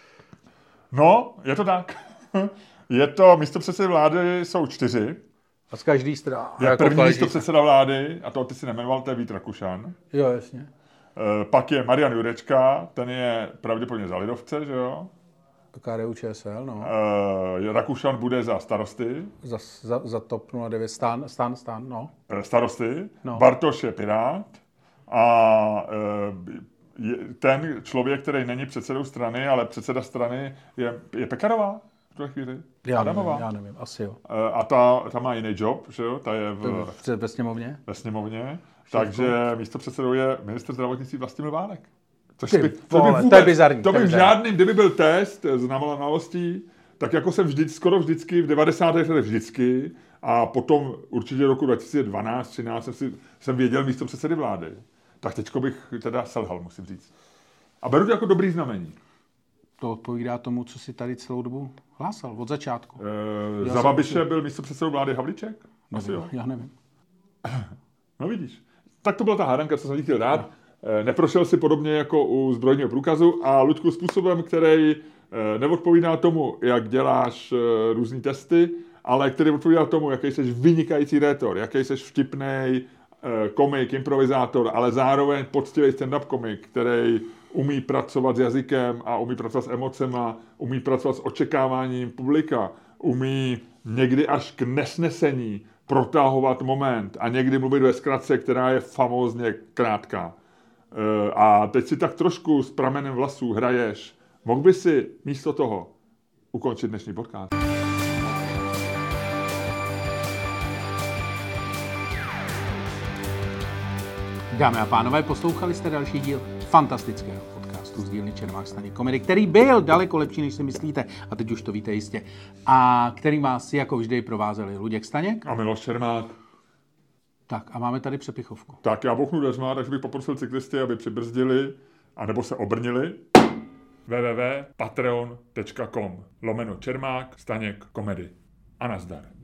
No, je to tak. Je to, místopředsedy vlády jsou čtyři. A z každý strany. Je jako první místopředseda vlády, a to ty si nemenoval, to je Vít Rakušan. Jo, jasně. E, pak je Marian Jurečka, ten je pravděpodobně za lidovce, že jo? K D U Č S L, no. E, Rakušan bude za starosty. Za, za, za TOP nula devět, stan, stan, stan, no. E, starosty. No. Bartoš je Pirát. A e, je, ten člověk, který není předsedou strany, ale předseda strany je, je Pekarová. V tuhle chvíli. Já Adamová. nevím, já nevím, asi jo. A ta, ta má jiný job, že jo? Ta je v, v, ve sněmovně. Ve sněmovně. Takže místopředsedou je ministr zdravotnictví Vlastimil Válek. Což by, to, by vůbec, to je bizarní. To by v žádným, kdyby byl test znalostí, tak jako jsem vždy, skoro vždycky, v devadesátých letech vždycky, a potom určitě roku dva tisíce dvanáct třináct jsem, si, jsem věděl místopředsedy vlády. Tak teďko bych teda selhal, musím říct. A beru to jako dobrý znamení. To odpovídá tomu, co si tady celou dobu hlásal, od začátku. E, za Babiše byl místopředsedou vlády Havlíček? Asi jo. Já nevím. No vidíš. Tak to byla ta hádanka, co jsem ti chtěl dát. No. E, neprošel si podobně jako u zbrojního průkazu a, Luďku, způsobem, který e, neodpovídá tomu, jak děláš e, různý testy, ale který odpovídá tomu, jaký jsi vynikající rétor, jaký jsi vtipnej e, komik, improvizátor, ale zároveň poctivý stand-up komik, který umí pracovat s jazykem a umí pracovat s emocema, umí pracovat s očekáváním publika, umí někdy až k nesnesení protahovat moment a někdy mluvit ve zkratce, která je famózně krátká. E, a teď si tak trošku s pramenem vlasů hraješ. Mohl by si místo toho ukončit dnešní podcast? Dámy a pánové, poslouchali jste další díl fantastického podcastu z dílny Čermák Staněk Komedy, který byl daleko lepší, než si myslíte, a teď už to víte jistě, a který vás jako vždy provázeli Luděk Staněk a Miloš Čermák. Tak a máme tady přepichovku. Tak já bouchnu dveřma, takže bych poprosil cyklisty, aby přibrzdili, anebo se obrnili. w w w tečka patreon tečka com lomeno Čermák Staněk Komedy. A nazdar.